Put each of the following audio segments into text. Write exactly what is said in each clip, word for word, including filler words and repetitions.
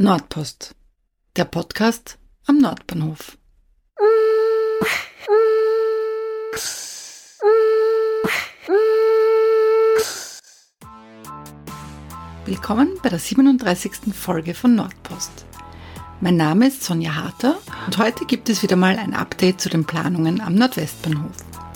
Nordpost, der Podcast am Nordbahnhof. Willkommen bei der siebenunddreißigsten Folge von Nordpost. Mein Name ist Sonja Harter und heute gibt es wieder mal ein Update zu den Planungen am Nordwestbahnhof.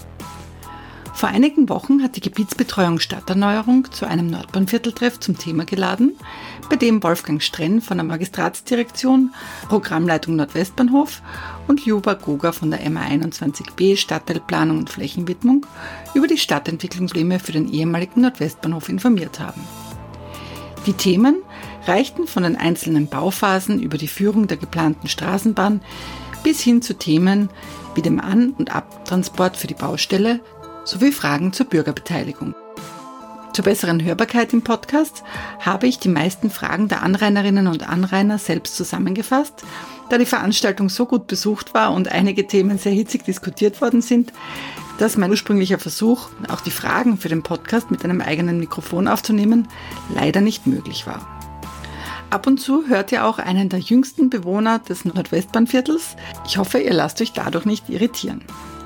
Vor einigen Wochen hat die Gebietsbetreuung Stadterneuerung zu einem Nordbahnvierteltreff zum Thema geladen, bei dem Wolfgang Strenn von der Magistratsdirektion, Programmleitung Nordwestbahnhof und Ljuba Goga von der M A einundzwanzig b Stadtteilplanung und Flächenwidmung über die Stadtentwicklungspläne für den ehemaligen Nordwestbahnhof informiert haben. Die Themen reichten von den einzelnen Bauphasen über die Führung der geplanten Straßenbahn bis hin zu Themen wie dem An- und Abtransport für die Baustelle sowie Fragen zur Bürgerbeteiligung. Zur besseren Hörbarkeit im Podcast habe ich die meisten Fragen der Anrainerinnen und Anrainer selbst zusammengefasst, da die Veranstaltung so gut besucht war und einige Themen sehr hitzig diskutiert worden sind, dass mein ursprünglicher Versuch, auch die Fragen für den Podcast mit einem eigenen Mikrofon aufzunehmen, leider nicht möglich war. Ab und zu hört ihr auch einen der jüngsten Bewohner des Nordwestbahnviertels. Ich hoffe, ihr lasst euch dadurch nicht irritieren.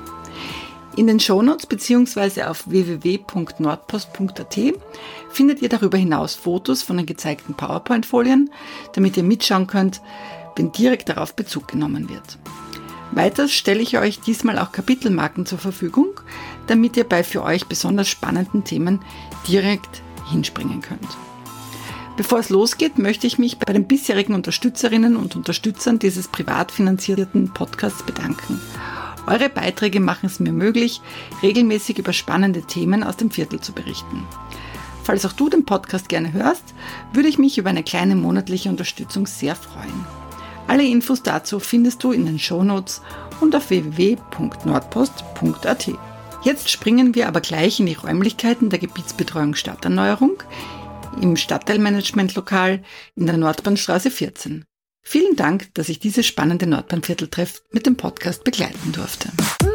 In den Shownotes bzw. auf w w w punkt nordpost punkt a t findet ihr darüber hinaus Fotos von den gezeigten PowerPoint-Folien, damit ihr mitschauen könnt, wenn direkt darauf Bezug genommen wird. Weiters stelle ich euch diesmal auch Kapitelmarken zur Verfügung, damit ihr bei für euch besonders spannenden Themen direkt hinspringen könnt. Bevor es losgeht, möchte ich mich bei den bisherigen Unterstützerinnen und Unterstützern dieses privat finanzierten Podcasts bedanken. Eure Beiträge machen es mir möglich, regelmäßig über spannende Themen aus dem Viertel zu berichten. Falls auch du den Podcast gerne hörst, würde ich mich über eine kleine monatliche Unterstützung sehr freuen. Alle Infos dazu findest du in den Shownotes und auf w w w punkt nordpost punkt a t. Jetzt springen wir aber gleich in die Räumlichkeiten der Gebietsbetreuung Stadterneuerung im Stadtteilmanagementlokal in der Nordbahnstraße vierzehn. Vielen Dank, dass ich dieses spannende Nordbahnvierteltreff mit dem Podcast begleiten durfte.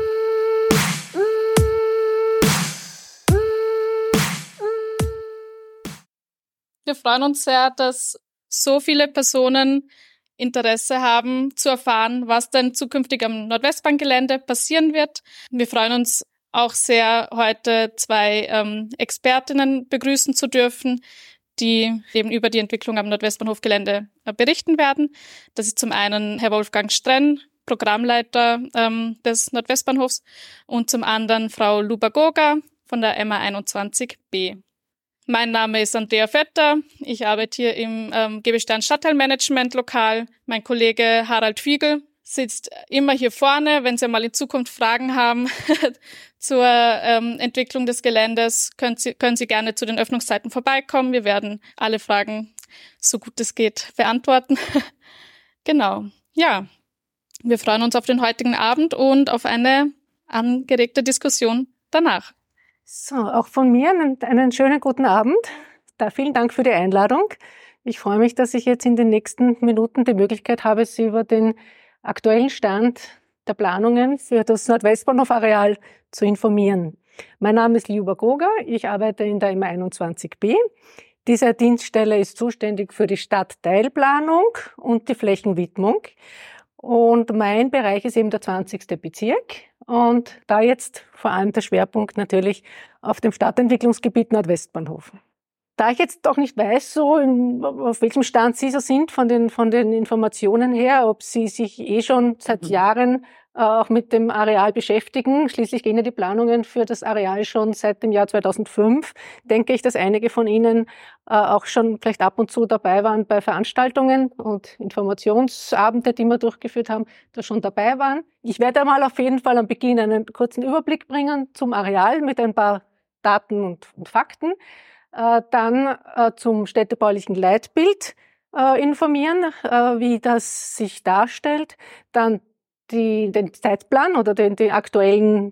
Wir freuen uns sehr, dass so viele Personen Interesse haben zu erfahren, was denn zukünftig am Nordwestbahngelände passieren wird. Wir freuen uns auch sehr, heute zwei ähm, Expertinnen begrüßen zu dürfen, die eben über die Entwicklung am Nordwestbahnhofgelände äh, berichten werden. Das ist zum einen Herr Wolfgang Strenn, Programmleiter ähm, des Nordwestbahnhofs, und zum anderen Frau Ljuba Goga von der M A einundzwanzig b. Mein Name ist Andrea Vetter. Ich arbeite hier im ähm, G B Stern Stadtteilmanagement-Lokal. Mein Kollege Harald Fiegel sitzt immer hier vorne. Wenn Sie mal in Zukunft Fragen haben zur ähm, Entwicklung des Geländes, können Sie, können Sie gerne zu den Öffnungszeiten vorbeikommen. Wir werden alle Fragen, so gut es geht, beantworten. Genau. Ja, wir freuen uns auf den heutigen Abend und auf eine angeregte Diskussion danach. So, auch von mir einen, einen schönen guten Abend. Da vielen Dank für die Einladung. Ich freue mich, dass ich jetzt in den nächsten Minuten die Möglichkeit habe, Sie über den aktuellen Stand der Planungen für das Nordwestbahnhof-Areal zu informieren. Mein Name ist Ljuba Goga, ich arbeite in der M A einundzwanzig b. Diese Dienststelle ist zuständig für die Stadtteilplanung und die Flächenwidmung. Und mein Bereich ist eben der zwanzigste Bezirk. Und da jetzt vor allem der Schwerpunkt natürlich auf dem Stadtentwicklungsgebiet Nordwestbahnhof. Da ich jetzt auch nicht weiß, so in, auf welchem Stand Sie so sind von den, von den Informationen her, ob Sie sich eh schon seit Jahren äh, auch mit dem Areal beschäftigen. Schließlich gehen ja die Planungen für das Areal schon seit dem Jahr zweitausendfünf. Denke ich, dass einige von Ihnen äh, auch schon vielleicht ab und zu dabei waren bei Veranstaltungen und Informationsabende, die wir durchgeführt haben, da schon dabei waren. Ich werde einmal auf jeden Fall am Beginn einen kurzen Überblick bringen zum Areal mit ein paar Daten und, und Fakten. Äh, dann äh, zum städtebaulichen Leitbild äh, informieren, äh, wie das sich darstellt. Dann die, den Zeitplan oder den, den aktuellen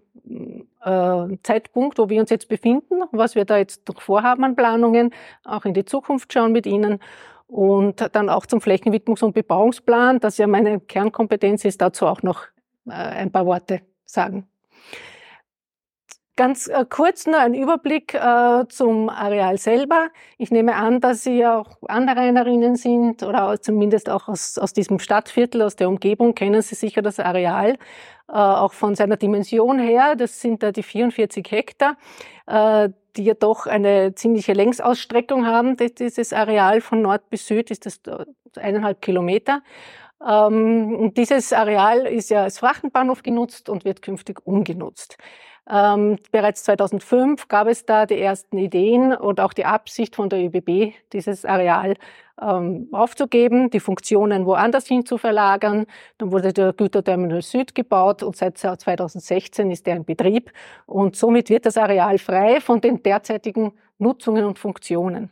äh, Zeitpunkt, wo wir uns jetzt befinden, was wir da jetzt noch vorhaben an Planungen, auch in die Zukunft schauen mit Ihnen. Und dann auch zum Flächenwidmungs- und Bebauungsplan, das ja meine Kernkompetenz ist, dazu auch noch äh, ein paar Worte sagen. Ganz äh, kurz nur ein Überblick äh, zum Areal selber. Ich nehme an, dass Sie auch Anrainerinnen sind oder zumindest auch aus, aus diesem Stadtviertel, aus der Umgebung kennen Sie sicher das Areal, äh, auch von seiner Dimension her. Das sind da die vierundvierzig Hektar, äh, die ja doch eine ziemliche Längsausstreckung haben. Dieses Areal von Nord bis Süd ist das eineinhalb Kilometer. Ähm, dieses Areal ist ja als Frachtenbahnhof genutzt und wird künftig umgenutzt. Ähm, bereits zweitausendfünf gab es da die ersten Ideen und auch die Absicht von der ÖBB, dieses Areal ähm, aufzugeben, die Funktionen woanders hin zu verlagern. Dann wurde der Güterterminal Süd gebaut und seit zweitausendsechzehn ist er in Betrieb. Und somit wird das Areal frei von den derzeitigen Nutzungen und Funktionen.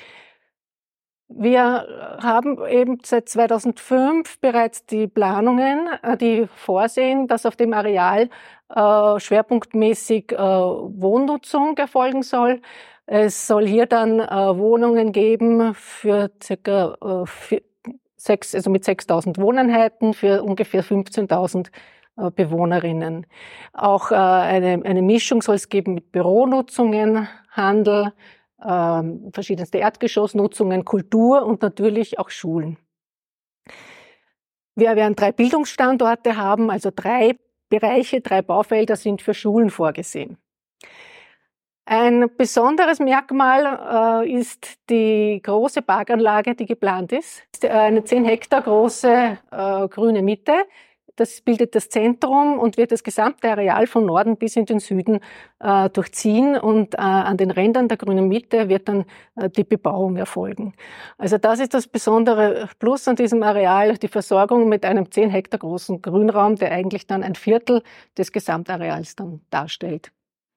Wir haben eben seit zweitausendfünf bereits die Planungen, die vorsehen, dass auf dem Areal äh, schwerpunktmäßig äh, Wohnnutzung erfolgen soll. Es soll hier dann äh, Wohnungen geben für circa äh, vier, sechs, also mit sechstausend Wohneinheiten für ungefähr fünfzehntausend äh, Bewohnerinnen. Auch äh, eine, eine Mischung soll es geben mit Büronutzungen, Handel, Ähm, verschiedenste Erdgeschossnutzungen, Kultur und natürlich auch Schulen. Wir werden drei Bildungsstandorte haben, also drei Bereiche, drei Baufelder sind für Schulen vorgesehen. Ein besonderes Merkmal äh, ist die große Parkanlage, die geplant ist. Eine zehn Hektar große äh, grüne Mitte. Das bildet das Zentrum und wird das gesamte Areal von Norden bis in den Süden äh, durchziehen und äh, an den Rändern der grünen Mitte wird dann äh, die Bebauung erfolgen. Also das ist das besondere Plus an diesem Areal, die Versorgung mit einem zehn Hektar großen Grünraum, der eigentlich dann ein Viertel des Gesamtareals dann darstellt.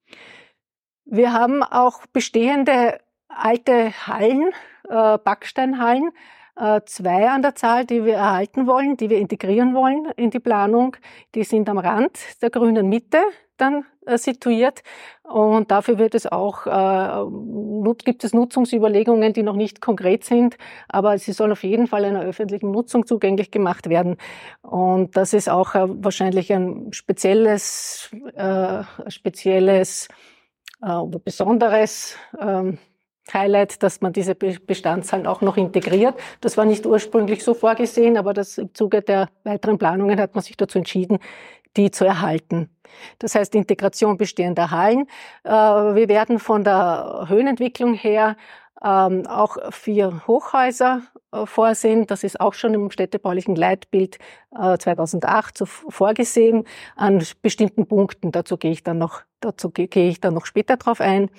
Wir haben auch bestehende alte Hallen, äh, Backsteinhallen, zwei an der Zahl, die wir erhalten wollen, die wir integrieren wollen in die Planung. Die sind am Rand der grünen Mitte dann äh, situiert und dafür wird es auch, äh, gibt es Nutzungsüberlegungen, die noch nicht konkret sind, aber sie sollen auf jeden Fall einer öffentlichen Nutzung zugänglich gemacht werden. Und das ist auch äh, wahrscheinlich ein spezielles, äh, spezielles äh, oder besonderes äh, Highlight, dass man diese Bestandszahlen auch noch integriert. Das war nicht ursprünglich so vorgesehen, aber das im Zuge der weiteren Planungen hat man sich dazu entschieden, die zu erhalten. Das heißt Integration bestehender Hallen. Wir werden von der Höhenentwicklung her auch vier Hochhäuser vorsehen. Das ist auch schon im städtebaulichen Leitbild zweitausendacht so vorgesehen an bestimmten Punkten. Dazu gehe ich dann noch, dazu gehe ich dann noch später drauf ein.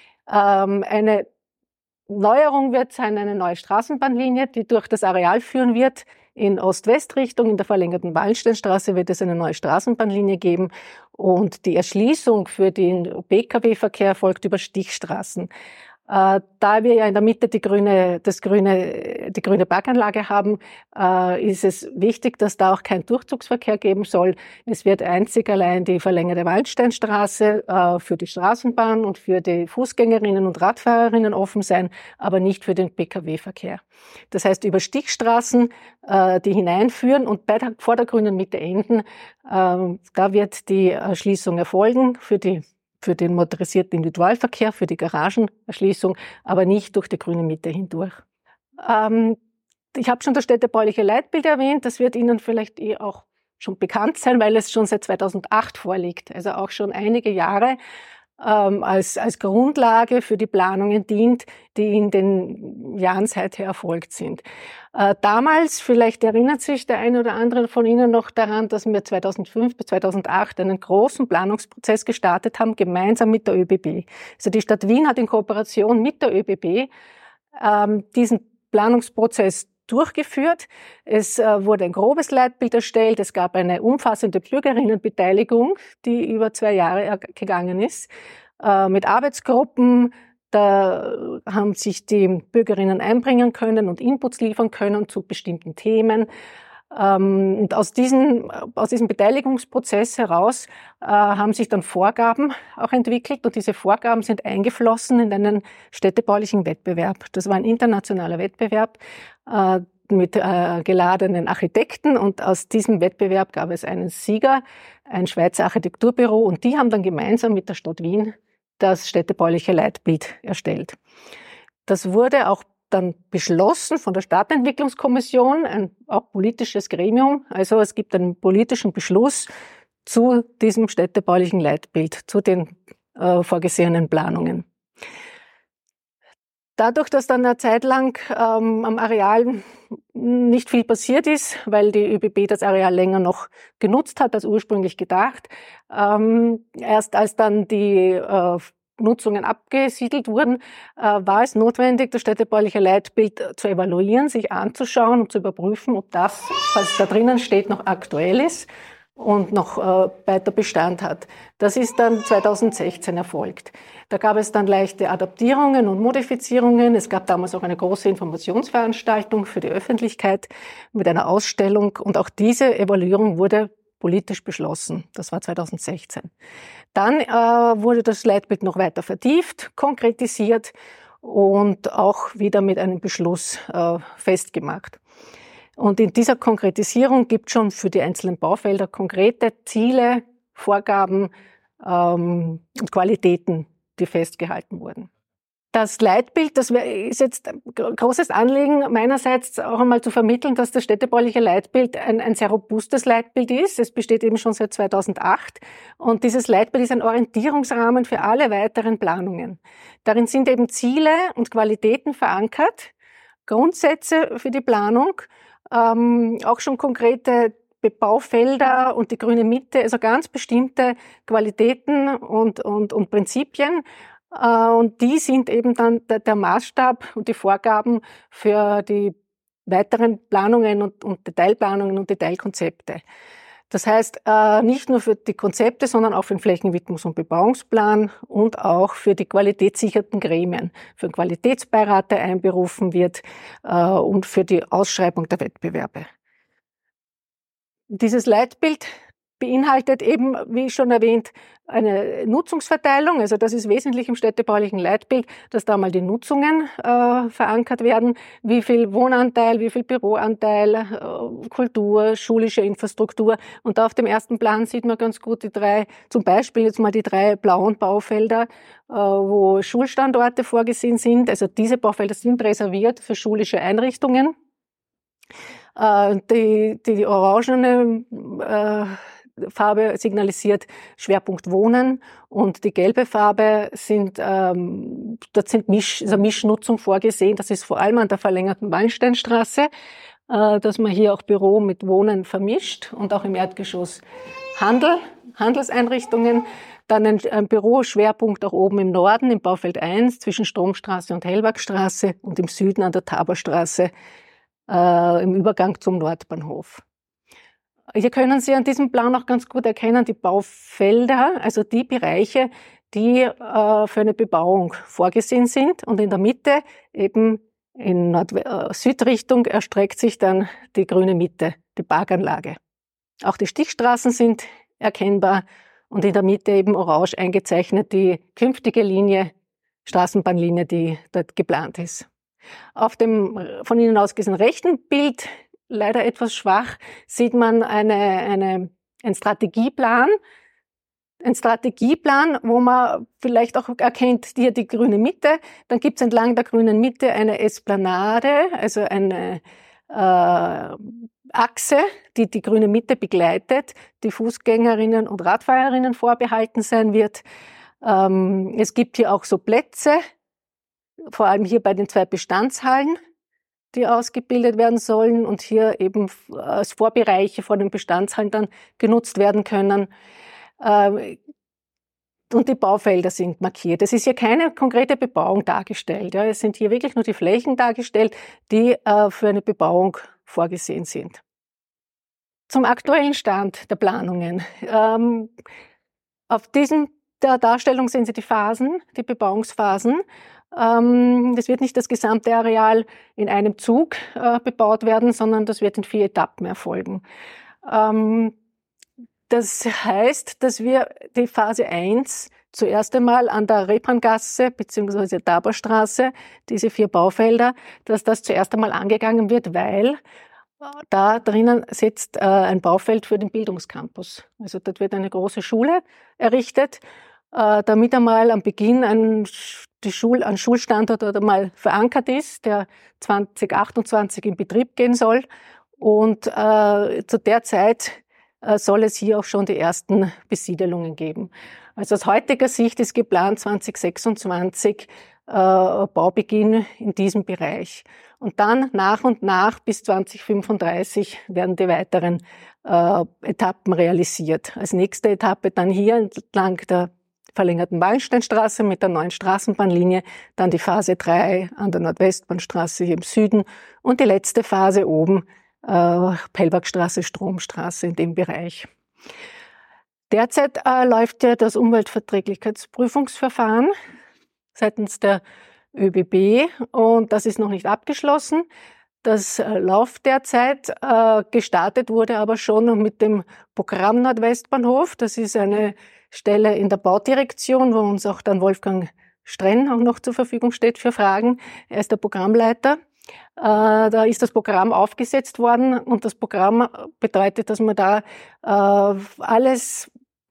Eine Neuerung wird sein eine neue Straßenbahnlinie, die durch das Areal führen wird. In Ost-West-Richtung, in der verlängerten Wallensteinstraße wird es eine neue Straßenbahnlinie geben und die Erschließung für den P K W-Verkehr erfolgt über Stichstraßen. Äh, da wir ja in der Mitte die grüne, das grüne, die grüne Parkanlage haben, äh, ist es wichtig, dass da auch kein Durchzugsverkehr geben soll. Es wird einzig allein die verlängerte Waldsteinstraße äh, für die Straßenbahn und für die Fußgängerinnen und Radfahrerinnen offen sein, aber nicht für den P K W-Verkehr. Das heißt, über Stichstraßen, äh, die hineinführen und bei der, vor der grünen Mitte enden, äh, da wird die Erschließung erfolgen für die für den motorisierten Individualverkehr, für die Garagenerschließung, aber nicht durch die grüne Mitte hindurch. Ähm, ich habe schon das städtebauliche Leitbild erwähnt, das wird Ihnen vielleicht eh auch schon bekannt sein, weil es schon seit zweitausendacht vorliegt, also auch schon einige Jahre ähm, als, als Grundlage für die Planungen dient, die in den Jahren seither erfolgt sind. Äh, damals, vielleicht erinnert sich der eine oder andere von Ihnen noch daran, dass wir zweitausendfünf bis zweitausendacht einen großen Planungsprozess gestartet haben, gemeinsam mit der ÖBB. Also die Stadt Wien hat in Kooperation mit der ÖBB ähm, diesen Planungsprozess durchgeführt. Es äh, wurde ein grobes Leitbild erstellt. Es gab eine umfassende Bürgerinnenbeteiligung, die über zwei Jahre gegangen ist, äh, mit Arbeitsgruppen. Da haben sich die Bürgerinnen einbringen können und Inputs liefern können zu bestimmten Themen. Ähm, und aus diesem, aus diesem Beteiligungsprozess heraus äh, haben sich dann Vorgaben auch entwickelt und diese Vorgaben sind eingeflossen in einen städtebaulichen Wettbewerb. Das war ein internationaler Wettbewerb, äh, mit äh, geladenen Architekten und aus diesem Wettbewerb gab es einen Sieger, ein Schweizer Architekturbüro, und die haben dann gemeinsam mit der Stadt Wien das städtebauliche Leitbild erstellt. Das wurde auch dann beschlossen von der Stadtentwicklungskommission, ein auch politisches Gremium. Also es gibt einen politischen Beschluss zu diesem städtebaulichen Leitbild, zu den äh, vorgesehenen Planungen. Dadurch, dass dann eine Zeit lang ähm, am Areal nicht viel passiert ist, weil die ÖBB das Areal länger noch genutzt hat als ursprünglich gedacht, ähm, erst als dann die äh, Nutzungen abgesiedelt wurden, äh, war es notwendig, das städtebauliche Leitbild zu evaluieren, sich anzuschauen und zu überprüfen, ob das, was da drinnen steht, noch aktuell ist und noch äh, weiter Bestand hat. Das ist dann zweitausendsechzehn erfolgt. Da gab es dann leichte Adaptierungen und Modifizierungen. Es gab damals auch eine große Informationsveranstaltung für die Öffentlichkeit mit einer Ausstellung, und auch diese Evaluierung wurde politisch beschlossen. Das war zweitausendsechzehn. Dann äh, wurde das Leitbild noch weiter vertieft, konkretisiert und auch wieder mit einem Beschluss äh, festgemacht. Und in dieser Konkretisierung gibt es schon für die einzelnen Baufelder konkrete Ziele, Vorgaben ähm, und Qualitäten, die festgehalten wurden. Das Leitbild, das ist jetzt ein großes Anliegen meinerseits auch einmal zu vermitteln, dass das städtebauliche Leitbild ein, ein sehr robustes Leitbild ist. Es besteht eben schon seit zweitausendacht, und dieses Leitbild ist ein Orientierungsrahmen für alle weiteren Planungen. Darin sind eben Ziele und Qualitäten verankert, Grundsätze für die Planung, ähm, auch schon konkrete Bebaufelder und die grüne Mitte, also ganz bestimmte Qualitäten und, und, und Prinzipien. Und die sind eben dann der Maßstab und die Vorgaben für die weiteren Planungen und, und Detailplanungen und Detailkonzepte. Das heißt, nicht nur für die Konzepte, sondern auch für den Flächenwidmungs- und Bebauungsplan und auch für die qualitätssicherten Gremien, für den Qualitätsbeirat, der einberufen wird, und für die Ausschreibung der Wettbewerbe. Dieses Leitbild beinhaltet eben, wie schon erwähnt, eine Nutzungsverteilung. Also das ist wesentlich im städtebaulichen Leitbild, dass da mal die Nutzungen äh, verankert werden. Wie viel Wohnanteil, wie viel Büroanteil, äh, Kultur, schulische Infrastruktur. Und da auf dem ersten Plan sieht man ganz gut die drei, zum Beispiel jetzt mal die drei blauen Baufelder, äh, wo Schulstandorte vorgesehen sind. Also diese Baufelder sind reserviert für schulische Einrichtungen. Äh, die, die orangene äh, Farbe signalisiert Schwerpunkt Wohnen, und die gelbe Farbe sind, ähm, dort sind Misch, also Mischnutzung vorgesehen. Das ist vor allem an der verlängerten Wallensteinstraße, äh, dass man hier auch Büro mit Wohnen vermischt, und auch im Erdgeschoss Handel, Handelseinrichtungen. Dann ein, ein Büroschwerpunkt auch oben im Norden, im Baufeld eins, zwischen Stromstraße und Hellwagstraße, und im Süden an der Taborstraße, äh, im Übergang zum Nordbahnhof. Hier können Sie an diesem Plan auch ganz gut erkennen, die Baufelder, also die Bereiche, die äh, für eine Bebauung vorgesehen sind. Und in der Mitte, eben in Nord-Südrichtung, erstreckt sich dann die grüne Mitte, die Parkanlage. Auch die Stichstraßen sind erkennbar, und in der Mitte eben orange eingezeichnet die künftige Linie, Straßenbahnlinie, die dort geplant ist. Auf dem von Ihnen aus gesehen rechten Bild, leider etwas schwach, sieht man eine, eine, einen Strategieplan. Ein Strategieplan, wo man vielleicht auch erkennt, hier die grüne Mitte. Dann gibt es entlang der grünen Mitte eine Esplanade, also eine äh, Achse, die die grüne Mitte begleitet, die Fußgängerinnen und Radfahrerinnen vorbehalten sein wird. Ähm, es gibt hier auch so Plätze, vor allem hier bei den zwei Bestandshallen, die ausgebildet werden sollen und hier eben als Vorbereiche vor den Bestandshallen dann genutzt werden können. Und die Baufelder sind markiert. Es ist hier keine konkrete Bebauung dargestellt. Es sind hier wirklich nur die Flächen dargestellt, die für eine Bebauung vorgesehen sind. Zum aktuellen Stand der Planungen. Auf diesem der Darstellung sehen Sie die Phasen, die Bebauungsphasen. Es wird nicht das gesamte Areal in einem Zug äh, bebaut werden, sondern das wird in vier Etappen erfolgen. Ähm, das heißt, dass wir die Phase eins zuerst einmal an der Rebbrandgasse bzw. Taborstraße, diese vier Baufelder, dass das zuerst einmal angegangen wird, weil da drinnen sitzt äh, ein Baufeld für den Bildungscampus. Also dort wird eine große Schule errichtet, äh, damit einmal am Beginn ein, die Schul, ein Schulstandort dort einmal verankert ist, der zwanzig achtundzwanzig in Betrieb gehen soll. Und äh, zu der Zeit äh, soll es hier auch schon die ersten Besiedelungen geben. Also aus heutiger Sicht ist geplant zwanzig sechsundzwanzig äh, Baubeginn in diesem Bereich. Und dann nach und nach bis zwanzig fünfunddreißig werden die weiteren äh, Etappen realisiert. Als nächste Etappe dann hier entlang der verlängerten Wallensteinstraße mit der neuen Straßenbahnlinie, dann die Phase drei an der Nordwestbahnstraße hier im Süden und die letzte Phase oben, äh, Pellbergstraße, Stromstraße in dem Bereich. Derzeit äh, läuft ja das Umweltverträglichkeitsprüfungsverfahren seitens der ÖBB und das ist noch nicht abgeschlossen. Das äh, läuft derzeit, äh, gestartet wurde aber schon mit dem Programm Nordwestbahnhof. Das ist eine Stelle in der Baudirektion, wo uns auch dann Wolfgang Strenn auch noch zur Verfügung steht für Fragen. Er ist der Programmleiter. Äh, da ist das Programm aufgesetzt worden und das Programm bedeutet, dass man da äh, alles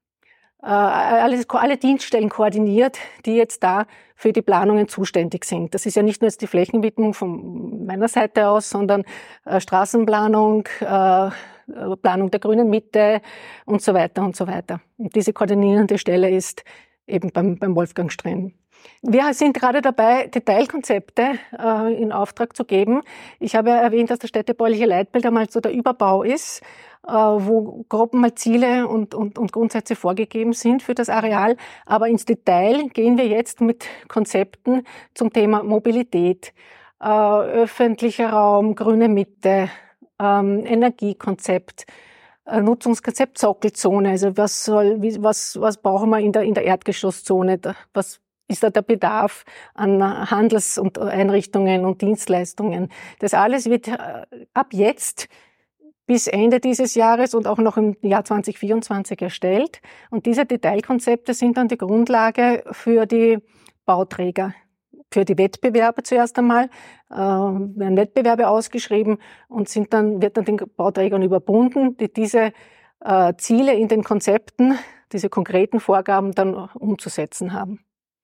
Alles, alle Dienststellen koordiniert, die jetzt da für die Planungen zuständig sind. Das ist ja nicht nur jetzt die Flächenwidmung von meiner Seite aus, sondern äh, Straßenplanung, äh, Planung der grünen Mitte und so weiter und so weiter. Und diese koordinierende Stelle ist eben beim, beim Wolfgang Strenn. Wir sind gerade dabei, Detailkonzepte äh, in Auftrag zu geben. Ich habe ja erwähnt, dass das städtebauliche Leitbild einmal so der Überbau ist, äh, wo grob mal Ziele und, und, und Grundsätze vorgegeben sind für das Areal. Aber ins Detail gehen wir jetzt mit Konzepten zum Thema Mobilität, äh, öffentlicher Raum, grüne Mitte, ähm, Energiekonzept, äh, Nutzungskonzept Sockelzone. Also was soll, wie, was, was brauchen wir in der, in der Erdgeschosszone? Was ist da der Bedarf an Handels- und Einrichtungen und Dienstleistungen? Das alles wird ab jetzt bis Ende dieses Jahres und auch noch im Jahr zwanzig vierundzwanzig erstellt. Und diese Detailkonzepte sind dann die Grundlage für die Bauträger, für die Wettbewerbe zuerst einmal. Äh, werden Wettbewerbe ausgeschrieben und sind dann, wird dann den Bauträgern überbunden, die diese äh, Ziele in den Konzepten, diese konkreten Vorgaben dann umzusetzen haben.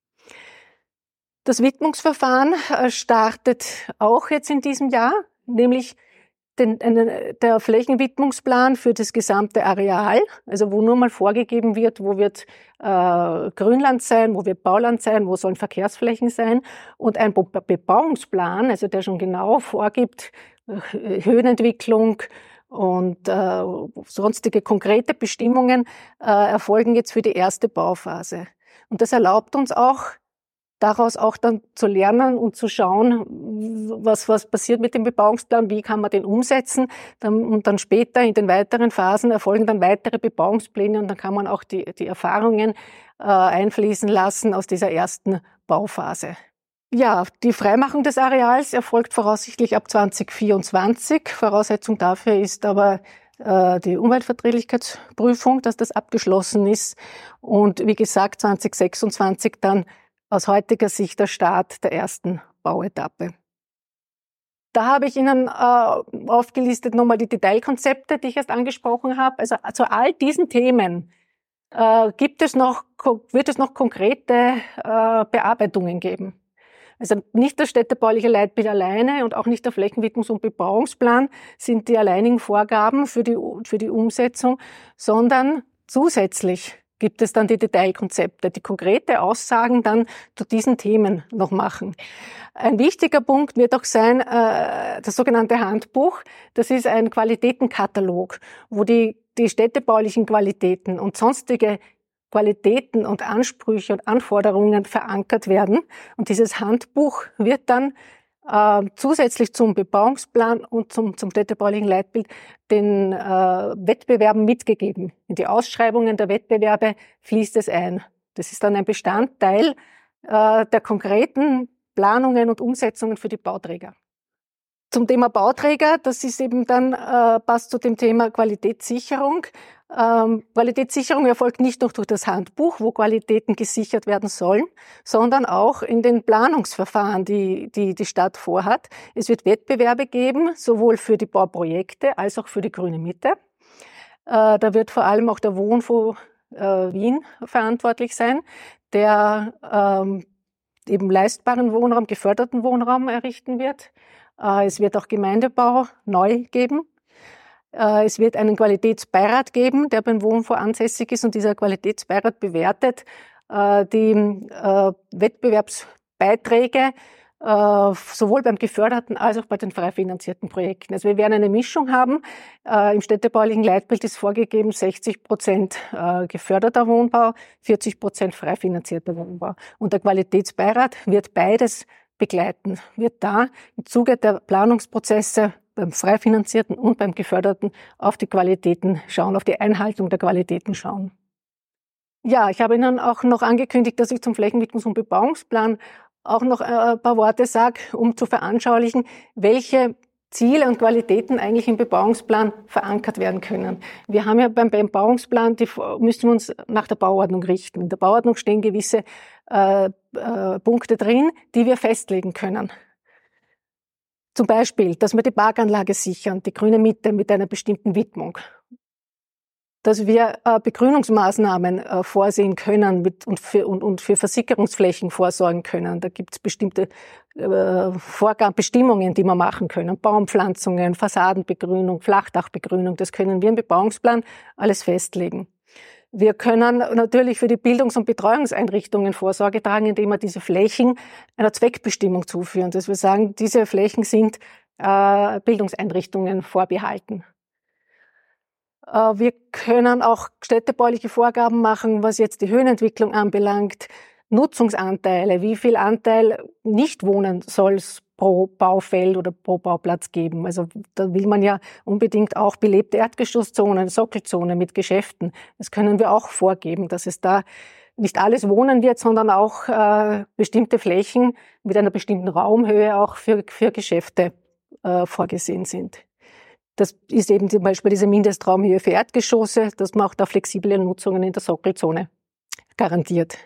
Das Widmungsverfahren startet auch jetzt in diesem Jahr, nämlich den, der Flächenwidmungsplan für das gesamte Areal, also wo nur mal vorgegeben wird, wo wird äh, Grünland sein, wo wird Bauland sein, wo sollen Verkehrsflächen sein und ein Bebauungsplan, also der schon genau vorgibt, äh, Höhenentwicklung und äh, sonstige konkrete Bestimmungen äh, erfolgen jetzt für die erste Bauphase. Und das erlaubt uns auch, daraus auch dann zu lernen und zu schauen, was, was passiert mit dem Bebauungsplan, wie kann man den umsetzen. Dann, und dann später in den weiteren Phasen erfolgen dann weitere Bebauungspläne und dann kann man auch die, die Erfahrungen äh, einfließen lassen aus dieser ersten Bauphase. Ja, die Freimachung des Areals erfolgt voraussichtlich ab zwanzig vierundzwanzig. Voraussetzung dafür ist aber äh, die Umweltverträglichkeitsprüfung, dass das abgeschlossen ist. Und wie gesagt, zwanzig sechsundzwanzig dann aus heutiger Sicht der Start der ersten Bauetappe. Da habe ich Ihnen äh, aufgelistet nochmal die Detailkonzepte, die ich erst angesprochen habe. Also zu all diesen Themen äh, gibt es noch, wird es noch konkrete äh, Bearbeitungen geben. Also nicht das städtebauliche Leitbild alleine und auch nicht der Flächenwidmungs- und Bebauungsplan sind die alleinigen Vorgaben für die, für die Umsetzung, sondern zusätzlich gibt es dann die Detailkonzepte, die konkrete Aussagen dann zu diesen Themen noch machen. Ein wichtiger Punkt wird auch sein, äh, das sogenannte Handbuch. Das ist ein Qualitätenkatalog, wo die, die städtebaulichen Qualitäten und sonstige Qualitäten und Ansprüche und Anforderungen verankert werden. Und dieses Handbuch wird dann äh, zusätzlich zum Bebauungsplan und zum, zum städtebaulichen Leitbild den äh, Wettbewerben mitgegeben. In die Ausschreibungen der Wettbewerbe fließt es ein. Das ist dann ein Bestandteil äh, der konkreten Planungen und Umsetzungen für die Bauträger. Zum Thema Bauträger, das ist eben dann, äh, passt zu dem Thema Qualitätssicherung. Ähm, Qualitätssicherung erfolgt nicht nur durch das Handbuch, wo Qualitäten gesichert werden sollen, sondern auch in den Planungsverfahren, die die, die Stadt vorhat. Es wird Wettbewerbe geben, sowohl für die Bauprojekte als auch für die grüne Mitte. Äh, da wird vor allem auch der Wohnfonds äh, Wien verantwortlich sein, der ähm, eben leistbaren Wohnraum, geförderten Wohnraum errichten wird. Äh, es wird auch Gemeindebau neu geben. Es wird einen Qualitätsbeirat geben, der beim Wohnfonds ansässig ist, und dieser Qualitätsbeirat bewertet äh, die äh, Wettbewerbsbeiträge äh, sowohl beim geförderten als auch bei den frei finanzierten Projekten. Also wir werden eine Mischung haben. Äh, Im städtebaulichen Leitbild ist vorgegeben sechzig Prozent äh, geförderter Wohnbau, vierzig Prozent frei finanzierter Wohnbau. Und der Qualitätsbeirat wird beides begleiten, wird da im Zuge der Planungsprozesse beim frei finanzierten und beim geförderten auf die Qualitäten schauen, auf die Einhaltung der Qualitäten schauen. Ja, ich habe Ihnen auch noch angekündigt, dass ich zum Flächenwidmungs- und Bebauungsplan auch noch ein paar Worte sage, um zu veranschaulichen, welche Ziele und Qualitäten eigentlich im Bebauungsplan verankert werden können. Wir haben ja beim Bebauungsplan, die müssen wir uns nach der Bauordnung richten. In der Bauordnung stehen gewisse äh, äh, Punkte drin, die wir festlegen können. Zum Beispiel, dass wir die Parkanlage sichern, die grüne Mitte mit einer bestimmten Widmung. Dass wir äh, Begrünungsmaßnahmen äh, vorsehen können mit, und, für, und, und für Versickerungsflächen vorsorgen können. Da gibt es bestimmte äh, Vorgaben, Bestimmungen, die wir machen können. Baumpflanzungen, Fassadenbegrünung, Flachdachbegrünung, das können wir im Bebauungsplan alles festlegen. Wir können natürlich für die Bildungs- und Betreuungseinrichtungen Vorsorge tragen, indem wir diese Flächen einer Zweckbestimmung zuführen. Dass wir sagen, diese Flächen sind äh, Bildungseinrichtungen vorbehalten. Äh, wir können auch städtebauliche Vorgaben machen, was jetzt die Höhenentwicklung anbelangt, Nutzungsanteile, wie viel Anteil Nichtwohnen soll es pro Baufeld oder pro Bauplatz geben. Also da will man ja unbedingt auch belebte Erdgeschosszonen, Sockelzonen mit Geschäften. Das können wir auch vorgeben, dass es da nicht alles wohnen wird, sondern auch äh, bestimmte Flächen mit einer bestimmten Raumhöhe auch für, für Geschäfte äh, vorgesehen sind. Das ist eben zum Beispiel diese Mindestraumhöhe für Erdgeschosse, dass man auch da flexible Nutzungen in der Sockelzone garantiert.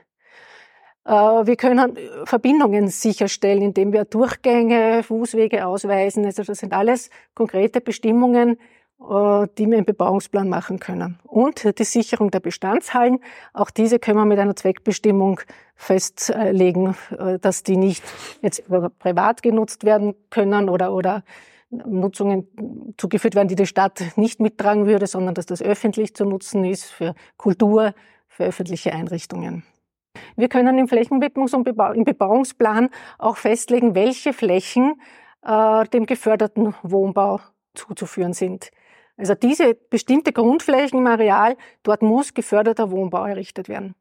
Wir können Verbindungen sicherstellen, indem wir Durchgänge, Fußwege ausweisen. Also das sind alles konkrete Bestimmungen, die wir im Bebauungsplan machen können. Und die Sicherung der Bestandshallen, auch diese können wir mit einer Zweckbestimmung festlegen, dass die nicht jetzt privat genutzt werden können oder, oder Nutzungen zugeführt werden, die die Stadt nicht mittragen würde, sondern dass das öffentlich zu nutzen ist für Kultur, für öffentliche Einrichtungen. Wir können im Flächenwidmungs- und Bebau- im Bebauungsplan auch festlegen, welche Flächen äh, dem geförderten Wohnbau zuzuführen sind. Also diese bestimmte Grundflächen im Areal, dort muss geförderter Wohnbau errichtet werden.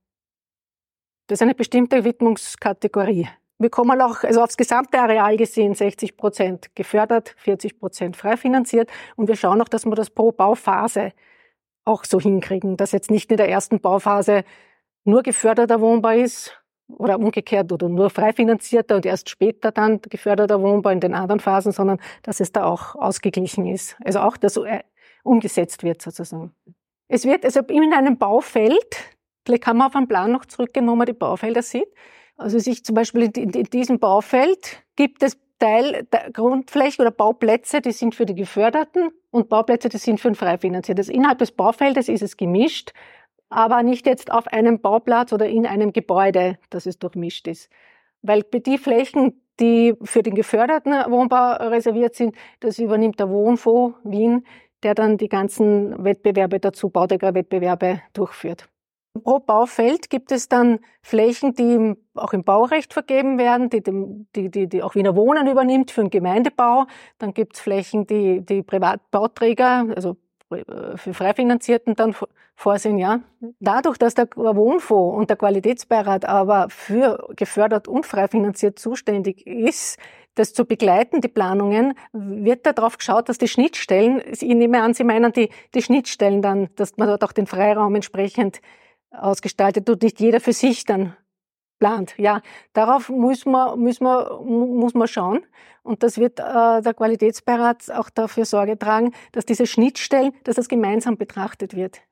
Das ist eine bestimmte Widmungskategorie. Wir kommen auch, also aufs gesamte Areal gesehen, sechzig Prozent gefördert, vierzig Prozent frei finanziert. Und wir schauen auch, dass wir das pro Bauphase auch so hinkriegen, dass jetzt nicht in der ersten Bauphase nur geförderter Wohnbau ist oder umgekehrt oder nur frei finanzierter und erst später dann geförderter Wohnbau in den anderen Phasen, sondern dass es da auch ausgeglichen ist. Also auch, dass umgesetzt wird sozusagen. Es wird also in einem Baufeld, vielleicht kann man auf einen Plan noch zurückgehen, wo man die Baufelder sieht. Also sich zum Beispiel in diesem Baufeld gibt es Teil der Grundfläche oder Bauplätze, die sind für die Geförderten und Bauplätze, die sind für den frei finanzierten. Also innerhalb des Baufeldes ist es gemischt, aber nicht jetzt auf einem Bauplatz oder in einem Gebäude, dass es durchmischt ist. Weil die Flächen, die für den geförderten Wohnbau reserviert sind, das übernimmt der Wohnfonds Wien, der dann die ganzen Wettbewerbe dazu, Bauträgerwettbewerbe durchführt. Pro Baufeld gibt es dann Flächen, die auch im Baurecht vergeben werden, die, die, die, die auch Wiener Wohnen übernimmt für den Gemeindebau. Dann gibt es Flächen, die die Privatbauträger, also für Freifinanzierten dann vorsehen, ja. Dadurch, dass der Wohnfonds und der Qualitätsbeirat aber für gefördert und frei finanziert zuständig ist, das zu begleiten, die Planungen, wird darauf geschaut, dass die Schnittstellen, ich nehme an, Sie meinen die, die Schnittstellen dann, dass man dort auch den Freiraum entsprechend ausgestaltet und nicht jeder für sich dann plant. Ja, darauf muss man, muss man, muss man schauen. Und das wird äh, der Qualitätsbeirat auch dafür Sorge tragen, dass diese Schnittstellen, dass das gemeinsam betrachtet wird.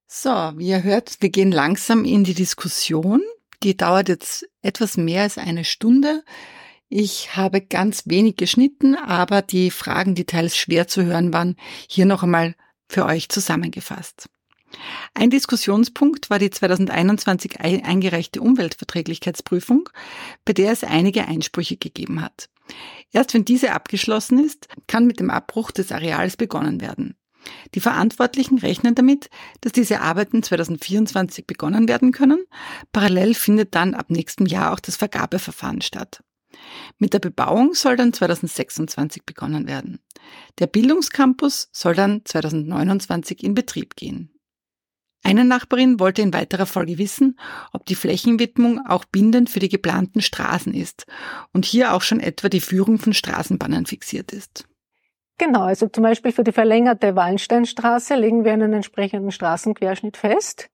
So, wie ihr hört, wir gehen langsam in die Diskussion. Die dauert jetzt etwas mehr als eine Stunde. Ich habe ganz wenig geschnitten, aber die Fragen, die teils schwer zu hören waren, hier noch einmal für euch zusammengefasst. Ein Diskussionspunkt war die zweitausendeinundzwanzig eingereichte Umweltverträglichkeitsprüfung, bei der es einige Einsprüche gegeben hat. Erst wenn diese abgeschlossen ist, kann mit dem Abbruch des Areals begonnen werden. Die Verantwortlichen rechnen damit, dass diese Arbeiten zweitausendvierundzwanzig begonnen werden können. Parallel findet dann ab nächstem Jahr auch das Vergabeverfahren statt. Mit der Bebauung soll dann zweitausendsechsundzwanzig begonnen werden. Der Bildungscampus soll dann zweitausendneunundzwanzig in Betrieb gehen. Eine Nachbarin wollte in weiterer Folge wissen, ob die Flächenwidmung auch bindend für die geplanten Straßen ist und hier auch schon etwa die Führung von Straßenbahnen fixiert ist. Genau, also zum Beispiel für die verlängerte Wallensteinstraße legen wir einen entsprechenden Straßenquerschnitt fest,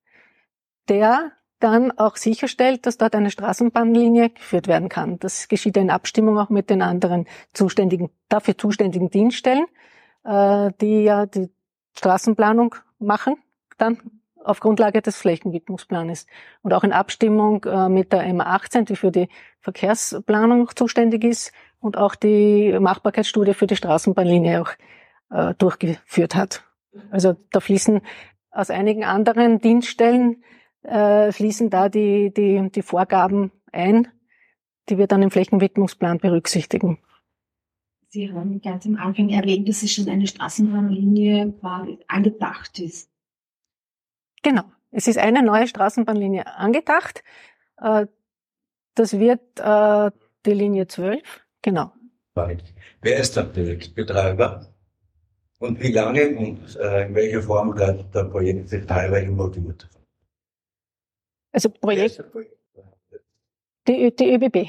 der dann auch sicherstellt, dass dort eine Straßenbahnlinie geführt werden kann. Das geschieht in Abstimmung auch mit den anderen zuständigen, dafür zuständigen Dienststellen, äh, die ja die Straßenplanung machen, dann auf Grundlage des Flächenwidmungsplanes. Und auch in Abstimmung äh, mit der M A achtzehn, die für die Verkehrsplanung zuständig ist, und auch die Machbarkeitsstudie für die Straßenbahnlinie auch äh, durchgeführt hat. Also da fließen aus einigen anderen Dienststellen äh, fließen da die, die, die Vorgaben ein, die wir dann im Flächenwidmungsplan berücksichtigen. Sie haben ganz am Anfang erwähnt, dass es schon eine Straßenbahnlinie angedacht ist. Genau. Es ist eine neue Straßenbahnlinie angedacht. Äh, das wird äh, die Linie zwölf. Genau. Wer ist der Projektbetreiber und wie lange und äh, in welcher Form bleibt der Projektbetreiber involviert? Also Projekt, die, die ÖBB.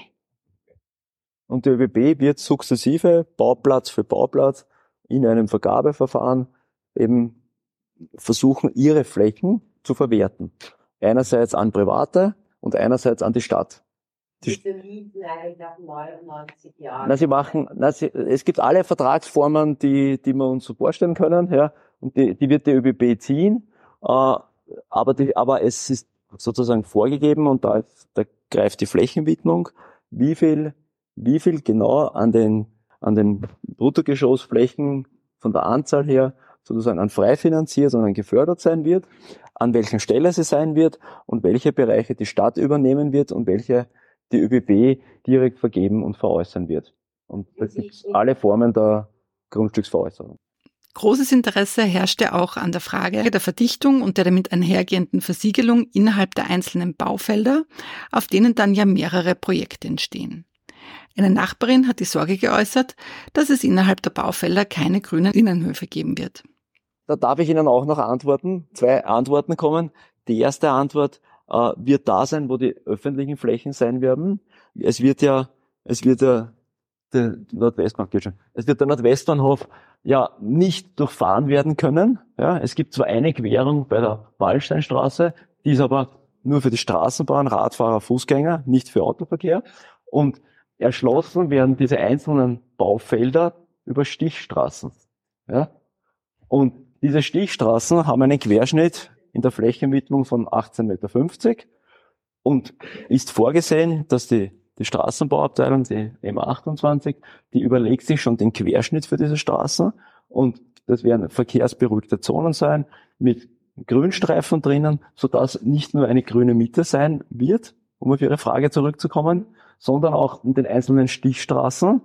Und die ÖBB wird sukzessive Bauplatz für Bauplatz in einem Vergabeverfahren eben versuchen, ihre Flächen zu verwerten. Einerseits an Private und einerseits an die Stadt. Diese Mieten eigentlich nach neunundneunzig Jahren. Na, sie machen, na, sie, es gibt alle Vertragsformen, die, die wir uns so vorstellen können, ja, und die, die wird die ÖBB ziehen, äh, aber die, aber es ist sozusagen vorgegeben und da, da greift die Flächenwidmung, wie viel, wie viel genau an den, an den Bruttogeschossflächen von der Anzahl her sozusagen an frei finanziert, sondern gefördert sein wird, an welchen Stelle sie sein wird und welche Bereiche die Stadt übernehmen wird und welche die ÖBB direkt vergeben und veräußern wird. Und da gibt es alle Formen der Grundstücksveräußerung. Großes Interesse herrschte auch an der Frage der Verdichtung und der damit einhergehenden Versiegelung innerhalb der einzelnen Baufelder, auf denen dann ja mehrere Projekte entstehen. Eine Nachbarin hat die Sorge geäußert, dass es innerhalb der Baufelder keine grünen Innenhöfe geben wird. Da darf ich Ihnen auch noch antworten, zwei Antworten kommen. Die erste Antwort äh, wird da sein, wo die öffentlichen Flächen sein werden. Es wird ja, es wird ja, der Nordwestbahnhof geht schon. Es wird der Nordwestbahnhof ja nicht durchfahren werden können. Ja, es gibt zwar eine Querung bei der Wallsteinstraße, die ist aber nur für die Straßenbahn, Radfahrer, Fußgänger, nicht für Autoverkehr. Und erschlossen werden diese einzelnen Baufelder über Stichstraßen. Ja, und diese Stichstraßen haben einen Querschnitt in der Flächenwidmung von achtzehn Komma fünfzig Meter und ist vorgesehen, dass die, die Straßenbauabteilung, die M achtundzwanzig, die überlegt sich schon den Querschnitt für diese Straßen und das werden verkehrsberuhigte Zonen sein mit Grünstreifen drinnen, sodass nicht nur eine grüne Mitte sein wird, um auf Ihre Frage zurückzukommen, sondern auch in den einzelnen Stichstraßen,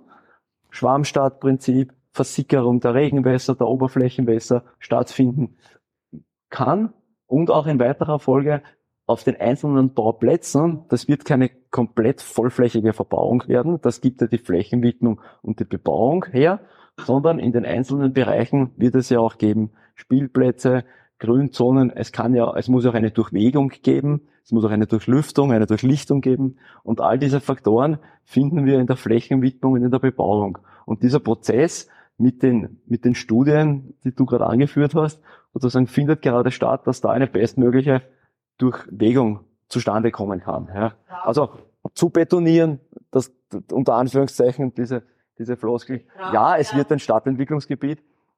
Schwammstartprinzip, Versickerung der Regenwässer, der Oberflächenwässer stattfinden kann und auch in weiterer Folge auf den einzelnen Bauplätzen, das wird keine komplett vollflächige Verbauung werden, das gibt ja die Flächenwidmung und die Bebauung her, sondern in den einzelnen Bereichen wird es ja auch geben Spielplätze, Grünzonen, es kann ja, es muss auch eine Durchwegung geben, es muss auch eine Durchlüftung, eine Durchlichtung geben und all diese Faktoren finden wir in der Flächenwidmung und in der Bebauung. Und dieser Prozess mit den, mit den Studien, die du gerade angeführt hast, sozusagen findet gerade statt, dass da eine bestmögliche Durchwegung zustande kommen kann. Ja. Also zu betonieren, das unter Anführungszeichen diese, diese Floskel, ja, es wird ein Stadtentwicklungsgebiet,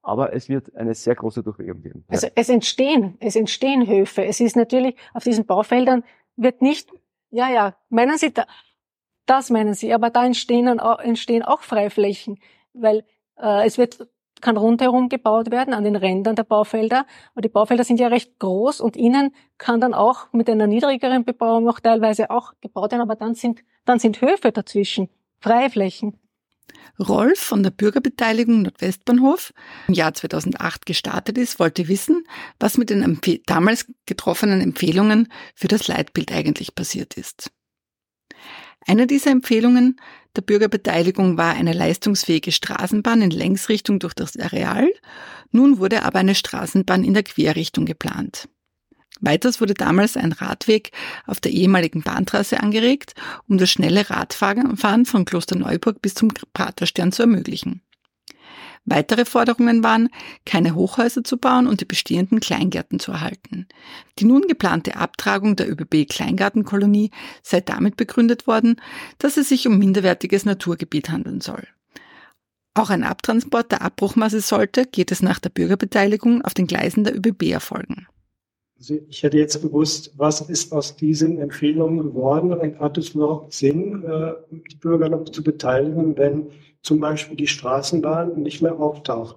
aber es wird eine sehr große Durchbewegung geben. Also es entstehen, es entstehen Höfe. Es ist natürlich, auf diesen Baufeldern wird nicht, ja, ja, meinen Sie, da, das meinen Sie, aber da entstehen dann auch, entstehen auch Freiflächen, weil äh, es wird, kann rundherum gebaut werden, an den Rändern der Baufelder, aber die Baufelder sind ja recht groß und innen kann dann auch mit einer niedrigeren Bebauung auch teilweise auch gebaut werden, aber dann sind, dann sind Höfe dazwischen, Freiflächen. Rolf von der Bürgerbeteiligung Nordwestbahnhof im Jahr zweitausendacht gestartet ist, wollte wissen, was mit den empf- damals getroffenen Empfehlungen für das Leitbild eigentlich passiert ist. Eine dieser Empfehlungen der Bürgerbeteiligung war eine leistungsfähige Straßenbahn in Längsrichtung durch das Areal. Nun wurde aber eine Straßenbahn in der Querrichtung geplant. Weiters wurde damals ein Radweg auf der ehemaligen Bahntrasse angeregt, um das schnelle Radfahren von Klosterneuburg bis zum Praterstern zu ermöglichen. Weitere Forderungen waren, keine Hochhäuser zu bauen und die bestehenden Kleingärten zu erhalten. Die nun geplante Abtragung der ÖBB-Kleingartenkolonie sei damit begründet worden, dass es sich um minderwertiges Naturgebiet handeln soll. Auch ein Abtransport der Abbruchmasse sollte, geht es nach der Bürgerbeteiligung, auf den Gleisen der ÖBB erfolgen. Also ich hätte jetzt gewusst, was ist aus diesen Empfehlungen geworden und hat es überhaupt Sinn, die Bürger noch zu beteiligen, wenn zum Beispiel die Straßenbahn nicht mehr auftaucht?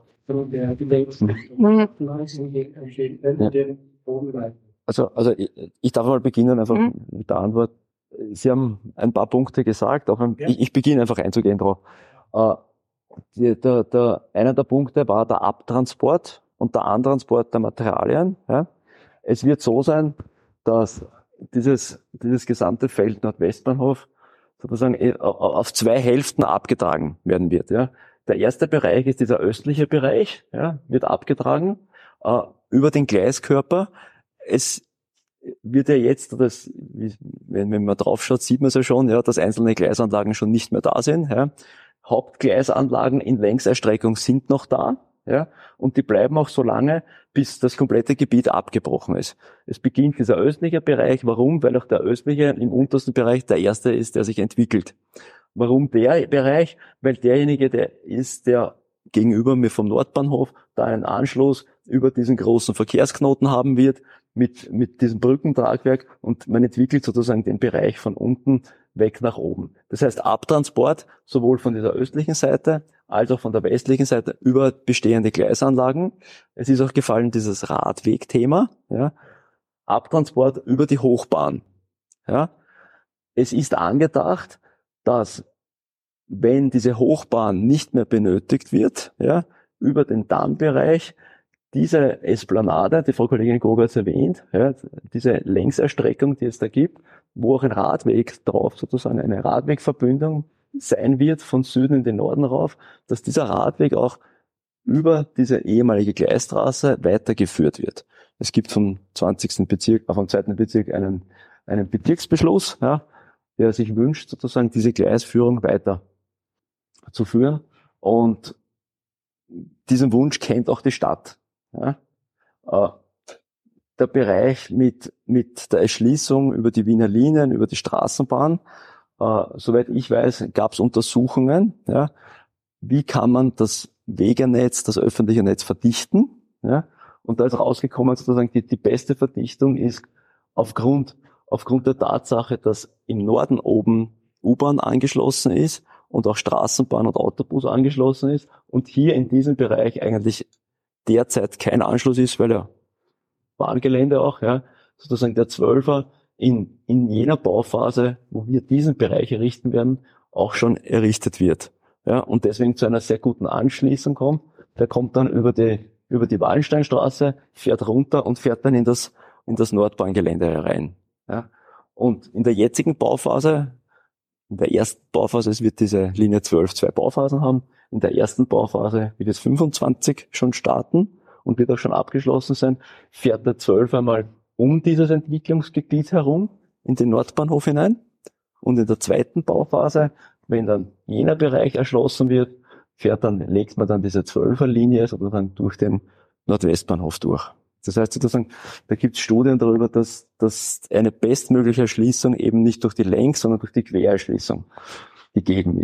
Also, also ich, ich darf mal beginnen einfach mhm. mit der Antwort. Sie haben ein paar Punkte gesagt, auch ein, ja. ich, ich beginne einfach einzugehen drauf. Äh, die, der, der, einer der Punkte war der Abtransport und der Antransport der Materialien. Ja. Es wird so sein, dass dieses, dieses gesamte Feld Nordwestbahnhof sozusagen auf zwei Hälften abgetragen werden wird. Ja. Der erste Bereich ist dieser östliche Bereich, ja, wird abgetragen äh, über den Gleiskörper. Es wird ja jetzt, das, wenn, wenn man drauf schaut, sieht man es ja schon, ja, dass einzelne Gleisanlagen schon nicht mehr da sind. Ja. Hauptgleisanlagen in Längserstreckung sind noch da. Ja, und die bleiben auch so lange, bis das komplette Gebiet abgebrochen ist. Es beginnt dieser östliche Bereich. Warum? Weil auch der östliche im untersten Bereich der erste ist, der sich entwickelt. Warum der Bereich? Weil derjenige, der ist, der gegenüber mir vom Nordbahnhof da einen Anschluss über diesen großen Verkehrsknoten haben wird, mit, mit diesem Brückentragwerk, und man entwickelt sozusagen den Bereich von unten weg nach oben. Das heißt, Abtransport sowohl von dieser östlichen Seite als auch von der westlichen Seite über bestehende Gleisanlagen. Es ist auch gefallen dieses Radwegthema, ja. Abtransport über die Hochbahn, ja. Es ist angedacht, dass, wenn diese Hochbahn nicht mehr benötigt wird, ja, über den Dammbereich diese Esplanade, die Frau Kollegin Goger hat es erwähnt, ja, diese Längserstreckung, die es da gibt, wo auch ein Radweg drauf, sozusagen eine Radwegverbindung sein wird, von Süden in den Norden rauf, dass dieser Radweg auch über diese ehemalige Gleisstraße weitergeführt wird. Es gibt vom zwanzigsten Bezirk, auch vom zweiten Bezirk einen, einen Bezirksbeschluss, ja, der sich wünscht, sozusagen diese Gleisführung weiter zu führen. Und diesen Wunsch kennt auch die Stadt. Ja. Äh, der Bereich mit, mit der Erschließung über die Wiener Linien, über die Straßenbahn, äh, soweit ich weiß, gab es Untersuchungen, ja, wie kann man das Wegenetz, das öffentliche Netz verdichten, ja, und da ist rausgekommen, sozusagen, die, die beste Verdichtung ist aufgrund, aufgrund der Tatsache, dass im Norden oben U-Bahn angeschlossen ist und auch Straßenbahn und Autobus angeschlossen ist und hier in diesem Bereich eigentlich derzeit kein Anschluss ist, weil ja Bahngelände auch, ja, sozusagen der Zwölfer in, in jener Bauphase, wo wir diesen Bereich errichten werden, auch schon errichtet wird. Ja, und deswegen zu einer sehr guten Anschließung kommt. Der kommt dann über die, über die Wallensteinstraße, fährt runter und fährt dann in das, in das Nordbahngelände herein. Ja, und in der jetzigen Bauphase, in der ersten Bauphase, es wird diese Linie zwölf zwei Bauphasen haben. In der ersten Bauphase wird es fünfundzwanzig schon starten und wird auch schon abgeschlossen sein, fährt der zwölf einmal um dieses Entwicklungsgebiet herum in den Nordbahnhof hinein. Und in der zweiten Bauphase, wenn dann jener Bereich erschlossen wird, fährt dann, legt man dann diese zwölfer Linie sozusagen durch den Nordwestbahnhof durch. Das heißt sozusagen, da gibt es Studien darüber, dass, dass eine bestmögliche Erschließung eben nicht durch die Längs-, sondern durch die Quererschließung gegeben ist.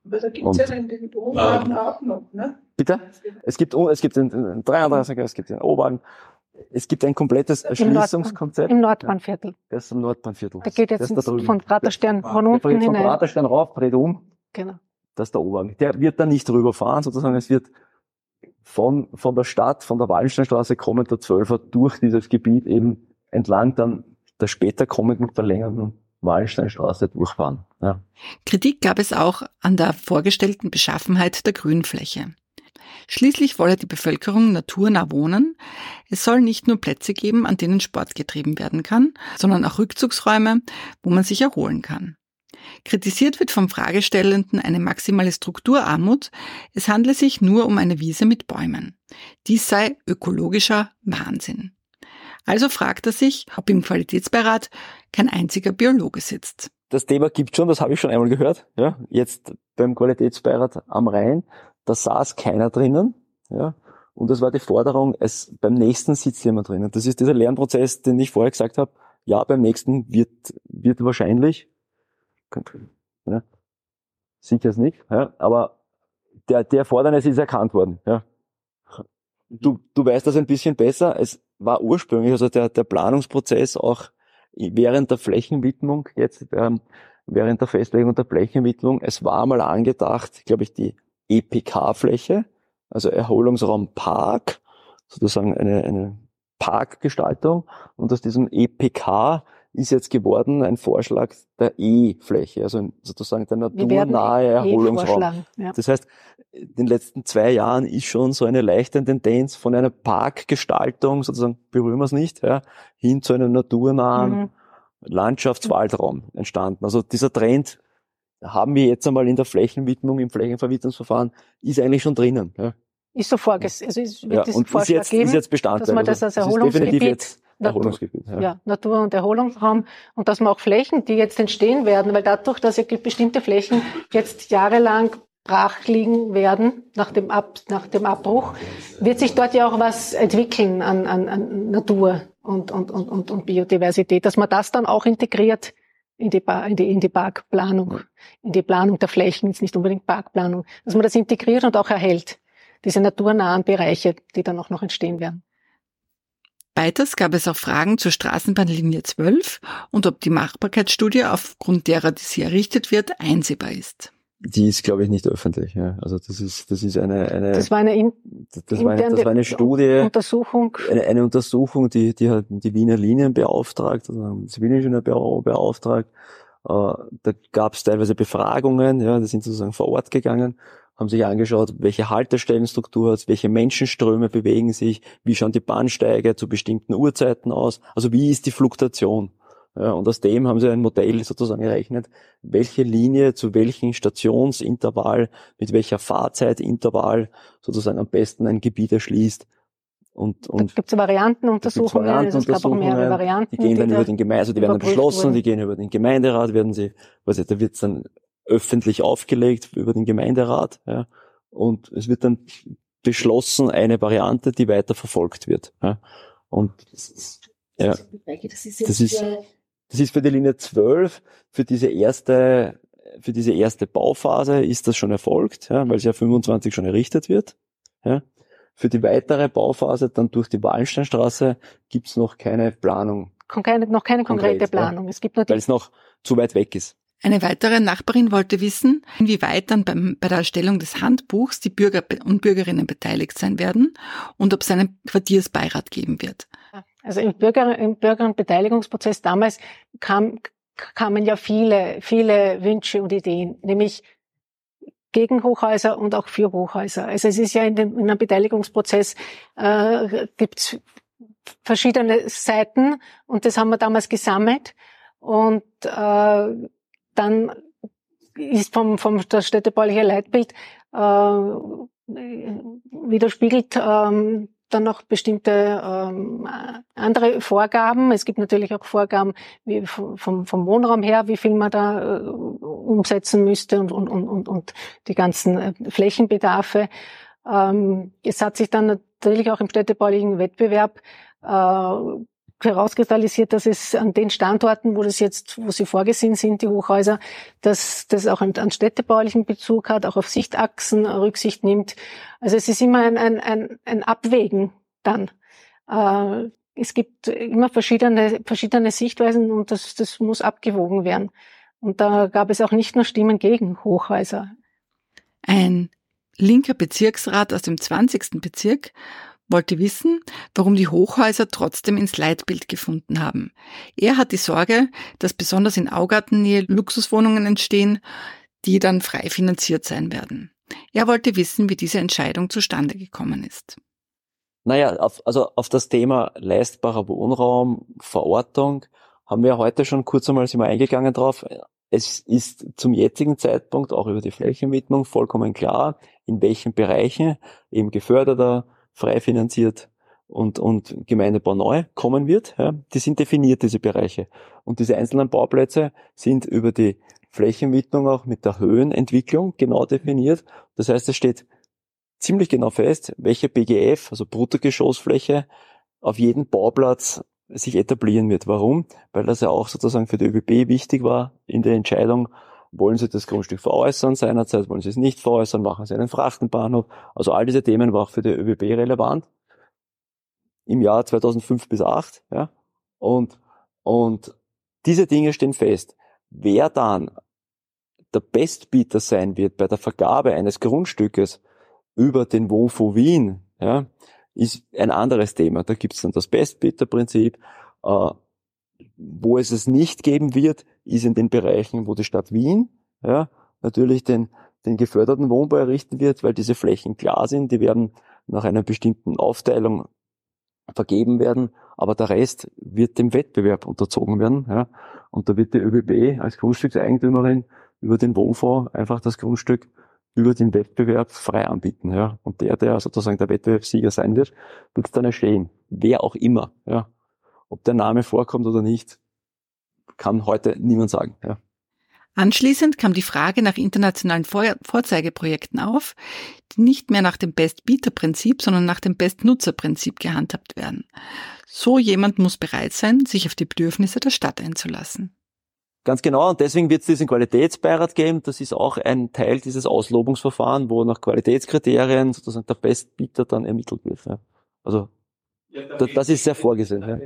Aber da gibt es ja den, den Oberwagen auch noch, ne? Bitte? Es gibt, es gibt den dreiunddreißiger, es gibt den Oberwagen. Es gibt ein komplettes Erschließungskonzept. Im Nordbahnviertel. Das ist im Nordbahnviertel. Da geht jetzt da von Praterstern von unten hinein. Von hinein. Praterstern rauf, dreht um. Genau. Das ist der Oberwagen. Der wird dann nicht rüberfahren, sozusagen. Es wird von, von der Stadt, von der Wallensteinstraße kommend der Zwölfer durch dieses Gebiet eben entlang dann der später kommenden verlängerten Wallensteinstraße durchfahren. Ja. Kritik gab es auch an der vorgestellten Beschaffenheit der Grünfläche. Schließlich wolle die Bevölkerung naturnah wohnen. Es soll nicht nur Plätze geben, an denen Sport getrieben werden kann, sondern auch Rückzugsräume, wo man sich erholen kann. Kritisiert wird vom Fragestellenden eine maximale Strukturarmut. Es handle sich nur um eine Wiese mit Bäumen. Dies sei ökologischer Wahnsinn. Also fragt er sich, ob im Qualitätsbeirat kein einziger Biologe sitzt. Das Thema gibt schon, das habe ich schon einmal gehört. Ja, jetzt beim Qualitätsbeirat am Rhein, da saß keiner drinnen. Ja, und das war die Forderung, es beim nächsten sitzt jemand drinnen. Das ist dieser Lernprozess, den ich vorher gesagt habe. Ja, beim nächsten wird wird wahrscheinlich, ja, sicher es nicht, ja, aber der der Erfordernis ist erkannt worden. Ja. Du du weißt das ein bisschen besser. Es war ursprünglich, also der der Planungsprozess auch während der Flächenwidmung, jetzt während der Festlegung der Flächenwidmung, es war mal angedacht, glaube ich, die E P K-Fläche, also Erholungsraum Park, sozusagen eine, eine Parkgestaltung. Und aus diesem E P K ist jetzt geworden ein Vorschlag der E-Fläche, also sozusagen der naturnahe Erholungsraum. Ja. Das heißt, in den letzten zwei Jahren ist schon so eine leichte Tendenz von einer Parkgestaltung, sozusagen berühren wir es nicht, ja, hin zu einem naturnahen mhm. Landschaftswaldraum entstanden. Also dieser Trend haben wir jetzt einmal in der Flächenwidmung, im Flächenverwidmungsverfahren, ist eigentlich schon drinnen. Ja. Ist so vorgesehen, also ist, wird ja, es und Vorschlag ist jetzt, geben, ist jetzt Bestandteil. dass man das als also, Erholungsgebiet, Erholungsgebiet Natur, ja. ja, Natur- und Erholungsraum, und dass man auch Flächen, die jetzt entstehen werden, weil dadurch, dass ja bestimmte Flächen jetzt jahrelang brach liegen werden, nach dem, Ab, nach dem Abbruch, wird sich dort ja auch was entwickeln an, an, an Natur und, und, und, und, und Biodiversität, dass man das dann auch integriert in die, in die, in die Parkplanung, in die Planung der Flächen, jetzt nicht unbedingt Parkplanung, dass man das integriert und auch erhält, diese naturnahen Bereiche, die dann auch noch entstehen werden. Weiters gab es auch Fragen zur Straßenbahnlinie zwölf und ob die Machbarkeitsstudie, aufgrund derer sie errichtet wird, einsehbar ist. Die ist, glaube ich, nicht öffentlich. Ja. Also das ist, das ist eine, eine. Das war eine, in, das war eine, das war eine Studie, Untersuchung, eine, eine Untersuchung, die, die hat die Wiener Linien beauftragt, also haben Zivilingenieurбюro beauftragt. Äh, da gab es teilweise Befragungen, ja, die sind sozusagen vor Ort gegangen, haben sich angeschaut, welche Haltestellenstruktur hat es, welche Menschenströme bewegen sich, wie schauen die Bahnsteige zu bestimmten Uhrzeiten aus, also wie ist die Fluktuation. Ja, und aus dem haben sie ein Modell sozusagen errechnet, welche Linie zu welchem Stationsintervall, mit welcher Fahrzeitintervall sozusagen am besten ein Gebiet erschließt. Und, und da gibt es Variantenuntersuchungen, Varianten es gab auch mehrere Varianten. Die gehen dann die über den Gemeinde, also die werden dann beschlossen, wurden. Die gehen über den Gemeinderat, werden sie, also da wird es dann öffentlich aufgelegt über den Gemeinderat, ja, und es wird dann beschlossen eine Variante, die weiter verfolgt wird. Ja. Und das ist, ja, das ist, das ist Das ist für die Linie zwölf, für diese erste, für diese erste Bauphase ist das schon erfolgt, ja, weil es ja fünfundzwanzig schon errichtet wird. Ja. Für die weitere Bauphase dann durch die Wallensteinstraße gibt's noch keine Planung. Keine, noch keine konkrete konkret, Planung. Ja, es gibt nur die, weil es noch zu weit weg ist. Eine weitere Nachbarin wollte wissen, inwieweit dann beim, bei der Erstellung des Handbuchs die Bürger und Bürgerinnen beteiligt sein werden und ob es einen Quartiersbeirat geben wird. Also im Bürger, im Bürger- und Beteiligungsprozess damals kam, kamen ja viele, viele Wünsche und Ideen, nämlich gegen Hochhäuser und auch für Hochhäuser. Also es ist ja in, dem, in einem Beteiligungsprozess äh, gibt's verschiedene Seiten und das haben wir damals gesammelt und äh, dann ist vom, vom das städtebauliche Leitbild äh, widerspiegelt ähm, dann noch bestimmte ähm, andere Vorgaben. Es gibt natürlich auch Vorgaben wie vom, vom Wohnraum her, wie viel man da äh, umsetzen müsste und, und, und, und die ganzen äh, Flächenbedarfe. Ähm, es hat sich dann natürlich auch im städtebaulichen Wettbewerb äh, herauskristallisiert, dass es an den Standorten, wo das jetzt, wo sie vorgesehen sind, die Hochhäuser, dass das auch einen, einen städtebaulichen Bezug hat, auch auf Sichtachsen Rücksicht nimmt. Also es ist immer ein, ein, ein, ein Abwägen dann. Äh, es gibt immer verschiedene, verschiedene Sichtweisen und das, das muss abgewogen werden. Und da gab es auch nicht nur Stimmen gegen Hochhäuser. Ein linker Bezirksrat aus dem zwanzigsten Bezirk wollte wissen, warum die Hochhäuser trotzdem ins Leitbild gefunden haben. Er hat die Sorge, dass besonders in Augartennähe Luxuswohnungen entstehen, die dann frei finanziert sein werden. Er wollte wissen, wie diese Entscheidung zustande gekommen ist. Naja, auf, also auf das Thema leistbarer Wohnraum, Verortung, haben wir heute schon kurz einmal sind wir eingegangen drauf. Es ist zum jetzigen Zeitpunkt auch über die Flächenwidmung vollkommen klar, in welchen Bereichen eben geförderter, frei finanziert und, und Gemeindebau neu kommen wird. Ja, die sind definiert, diese Bereiche. Und diese einzelnen Bauplätze sind über die Flächenwidmung auch mit der Höhenentwicklung genau definiert. Das heißt, es steht ziemlich genau fest, welche B G F, also Bruttogeschossfläche, auf jedem Bauplatz sich etablieren wird. Warum? Weil das ja auch sozusagen für die ÖBB wichtig war in der Entscheidung, wollen Sie das Grundstück veräußern seinerzeit, wollen Sie es nicht veräußern, machen Sie einen Frachtenbahnhof. Also all diese Themen war auch für die ÖBB relevant im Jahr zweitausendfünf bis zweitausendacht. Ja. Und, und diese Dinge stehen fest. Wer dann der Bestbieter sein wird bei der Vergabe eines Grundstückes über den Wohnfonds Wien, ja, ist ein anderes Thema. Da gibt es dann das Bestbieter-Prinzip. Äh, wo es es nicht geben wird, ist in den Bereichen, wo die Stadt Wien ja, natürlich den, den geförderten Wohnbau errichten wird, weil diese Flächen klar sind, die werden nach einer bestimmten Aufteilung vergeben werden, aber der Rest wird dem Wettbewerb unterzogen werden. Ja. Und da wird die ÖBB als Grundstückseigentümerin über den Wohnfonds einfach das Grundstück über den Wettbewerb frei anbieten. Ja. Und der, der sozusagen der Wettbewerbssieger sein wird, wird es dann erstehen. Wer auch immer. Ja. Ob der Name vorkommt oder nicht, kann heute niemand sagen. Ja. Anschließend kam die Frage nach internationalen Vor- Vorzeigeprojekten auf, die nicht mehr nach dem Best-Bieter-Prinzip, sondern nach dem Best-Nutzer-Prinzip gehandhabt werden. So jemand muss bereit sein, sich auf die Bedürfnisse der Stadt einzulassen. Ganz genau, und deswegen wird es diesen Qualitätsbeirat geben. Das ist auch ein Teil dieses Auslobungsverfahrens, wo nach Qualitätskriterien sozusagen der Bestbieter dann ermittelt wird. Ja. Also das, das ist sehr vorgesehen. Ja.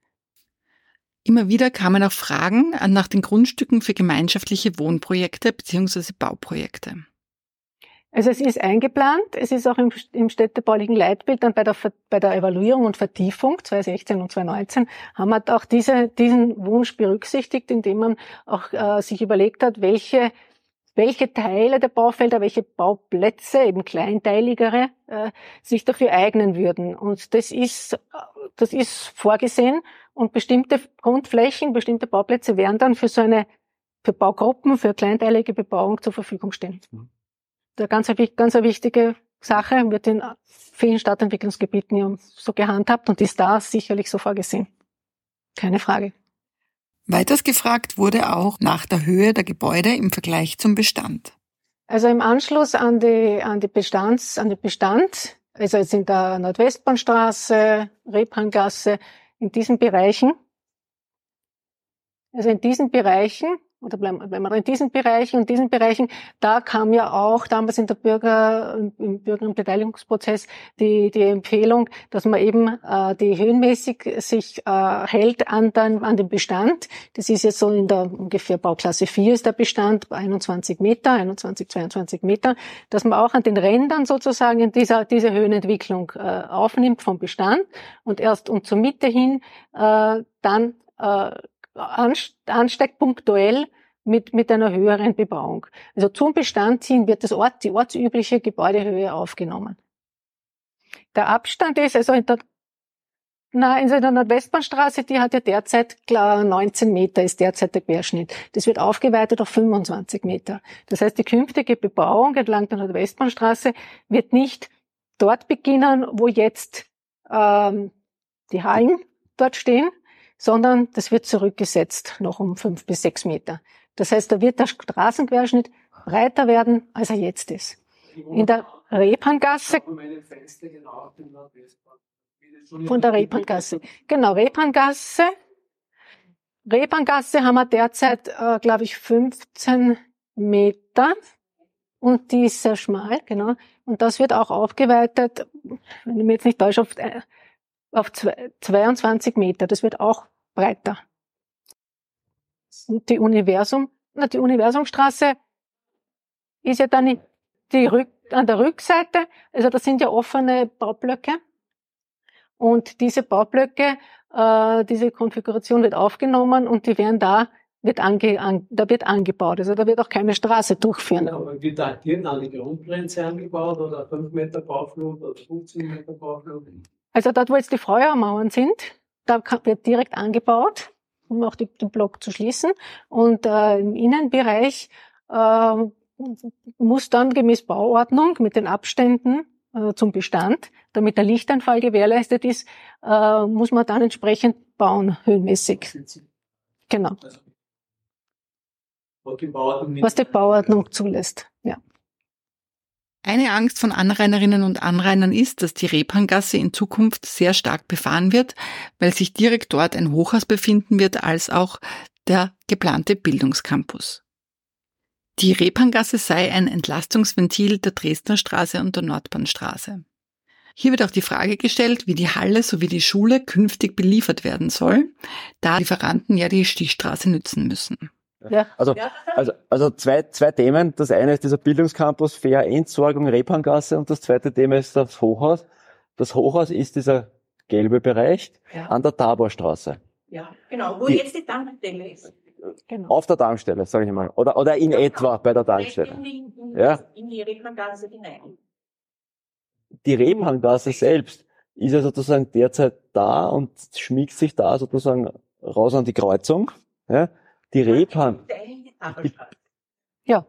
Immer wieder kamen auch Fragen nach den Grundstücken für gemeinschaftliche Wohnprojekte bzw. Bauprojekte. Also es ist eingeplant, es ist auch im, im städtebaulichen Leitbild dann bei der, bei der Evaluierung und Vertiefung zweitausendsechzehn und zweitausendneunzehn haben wir auch diese, diesen Wunsch berücksichtigt, indem man auch äh, sich überlegt hat, welche welche Teile der Baufelder, welche Bauplätze, eben kleinteiligere, äh, sich dafür eignen würden. Und das ist, das ist vorgesehen und bestimmte Grundflächen, bestimmte Bauplätze werden dann für so eine, für Baugruppen, für kleinteilige Bebauung zur Verfügung stehen. Mhm. Eine ganz, ganz eine wichtige Sache, wird in vielen Stadtentwicklungsgebieten ja so gehandhabt und ist da sicherlich so vorgesehen. Keine Frage. Weiters gefragt wurde auch nach der Höhe der Gebäude im Vergleich zum Bestand. Also im Anschluss an die, an die Bestands, an den Bestand, also jetzt in der Nordwestbahnstraße, Rebhahngasse, in diesen Bereichen, also in diesen Bereichen, oder bleiben wir in diesen Bereichen und diesen Bereichen, da kam ja auch damals in der Bürger, im Bürger- und Beteiligungsprozess die, die Empfehlung, dass man eben äh, die höhenmäßig sich äh, hält an, den, an den Bestand. Das ist jetzt so in der ungefähr Bauklasse vier ist der Bestand, einundzwanzig Meter, einundzwanzig, zweiundzwanzig Meter, dass man auch an den Rändern sozusagen in dieser, diese Höhenentwicklung äh, aufnimmt vom Bestand und erst und zur Mitte hin äh, dann äh, ansteigt punktuell mit, mit einer höheren Bebauung. Also zum Bestand hin wird das Ort, die ortsübliche Gebäudehöhe aufgenommen. Der Abstand ist also in der, na, in der Nordwestbahnstraße, die hat ja derzeit klar neunzehn Meter, ist derzeit der Querschnitt. Das wird aufgeweitet auf fünfundzwanzig Meter. Das heißt, die künftige Bebauung entlang der Nordwestbahnstraße wird nicht dort beginnen, wo jetzt ähm, die Hallen dort stehen, sondern das wird zurückgesetzt, noch um fünf bis sechs Meter. Das heißt, da wird der Straßenquerschnitt breiter werden, als er jetzt ist. In der Rebhahngasse, Von der Rebhahngasse. Genau, Rebhahngasse. Rebhahngasse haben wir derzeit, äh, glaube ich, fünfzehn Meter. Und die ist sehr schmal, genau. Und das wird auch aufgeweitet, wenn ich mich jetzt nicht täusche, auf, auf zweiundzwanzig Meter. Das wird auch breiter. Und die Universum, na, die Universumstraße ist ja dann die Rück, an der Rückseite. Also das sind ja offene Baublöcke. Und diese Baublöcke, äh, diese Konfiguration wird aufgenommen und die werden da, wird ange, an, da wird angebaut. Also da wird auch keine Straße durchführen. Aber wie datieren an die Grundgrenze angebaut oder fünf Meter Bauflug oder fünfzehn Meter Bauflug? Also dort, wo jetzt die Feuermauern sind, da wird direkt angebaut, um auch die, den Block zu schließen. Und äh, im Innenbereich äh, muss dann gemäß Bauordnung mit den Abständen äh, zum Bestand, damit der Lichteinfall gewährleistet ist, äh, muss man dann entsprechend bauen, höhenmäßig. Genau. Was die Bauordnung zulässt, ja. Eine Angst von Anrainerinnen und Anrainern ist, dass die Rebhahngasse in Zukunft sehr stark befahren wird, weil sich direkt dort ein Hochhaus befinden wird, als auch der geplante Bildungscampus. Die Rebhahngasse sei ein Entlastungsventil der Dresdner Straße und der Nordbahnstraße. Hier wird auch die Frage gestellt, wie die Halle sowie die Schule künftig beliefert werden soll, da Lieferanten ja die Stichstraße nützen müssen. Ja. Also, also, also zwei, zwei Themen. Das eine ist dieser Bildungscampus, Fair Entsorgung, Rebhahngasse, und das zweite Thema ist das Hochhaus. Das Hochhaus ist dieser gelbe Bereich ja. an der Taborstraße. Ja, genau, wo die, jetzt die Tankstelle ist. Genau. Auf der Tankstelle, sage ich mal. Oder, oder in ja, etwa bei der Tankstelle. In die, in, ja. in die Rebhahngasse hinein. Die Rebhahngasse selbst ist ja sozusagen derzeit da und schmiegt sich da sozusagen raus an die Kreuzung. Ja. Die Rebhahn. Ja.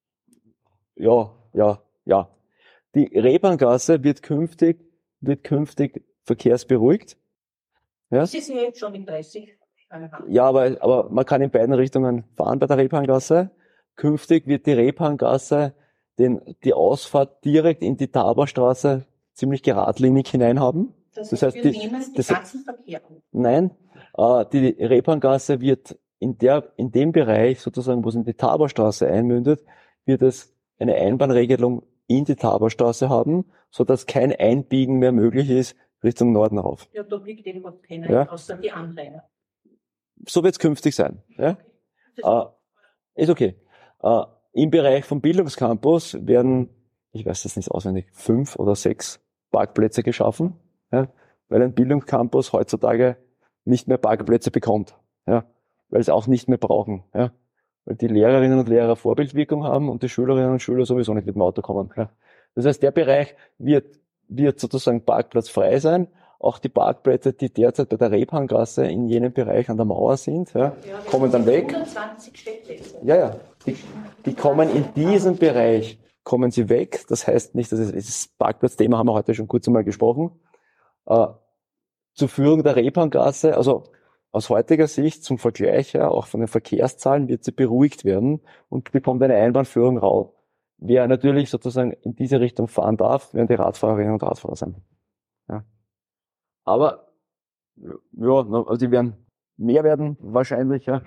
Ja, ja, ja. Die Rebhahngasse wird künftig, wird künftig verkehrsberuhigt. Ja. Das ist ja jetzt schon in dreißig. Ja, aber, aber man kann in beiden Richtungen fahren bei der Rebhahngasse. Künftig wird die Rebhahngasse den, die Ausfahrt direkt in die Taborstraße ziemlich geradlinig hinein haben. Das, das heißt, heißt, wir die, nehmen den das, ganzen Verkehr. Nein, äh, die Rebhahngasse wird in der, in dem Bereich sozusagen, wo es in die Taborstraße einmündet, wird es eine Einbahnregelung in die Taborstraße haben, so dass kein Einbiegen mehr möglich ist Richtung Norden rauf. Ja, da liegt irgendwas keiner, ja. außer die Anrainer. So wird es künftig sein. Ja? Okay. Äh, ist okay. Äh, Im Bereich vom Bildungscampus werden, ich weiß das nicht auswendig, fünf oder sechs Parkplätze geschaffen, ja? Weil ein Bildungscampus heutzutage nicht mehr Parkplätze bekommt. Ja? Weil sie auch nicht mehr brauchen, ja, weil die Lehrerinnen und Lehrer Vorbildwirkung haben und die Schülerinnen und Schüler sowieso nicht mit dem Auto kommen. Ja. Das heißt, der Bereich wird, wird sozusagen parkplatzfrei sein. Auch die Parkplätze, die derzeit bei der Rebhahngasse in jenem Bereich an der Mauer sind, ja, ja, kommen dann weg. hundertzwanzig Stellplätze. Ja, ja, die, die kommen in diesem Bereich, kommen sie weg. Das heißt nicht, dass es, das Parkplatzthema haben wir heute schon kurz einmal gesprochen. Äh, zur Führung der Rebhahngasse, also aus heutiger Sicht zum Vergleich her, auch von den Verkehrszahlen, wird sie beruhigt werden und bekommt eine Einbahnführung raus. Wer natürlich sozusagen in diese Richtung fahren darf, werden die Radfahrerinnen und Radfahrer sein. Ja. Aber, ja, also die werden mehr werden, wahrscheinlich, ja.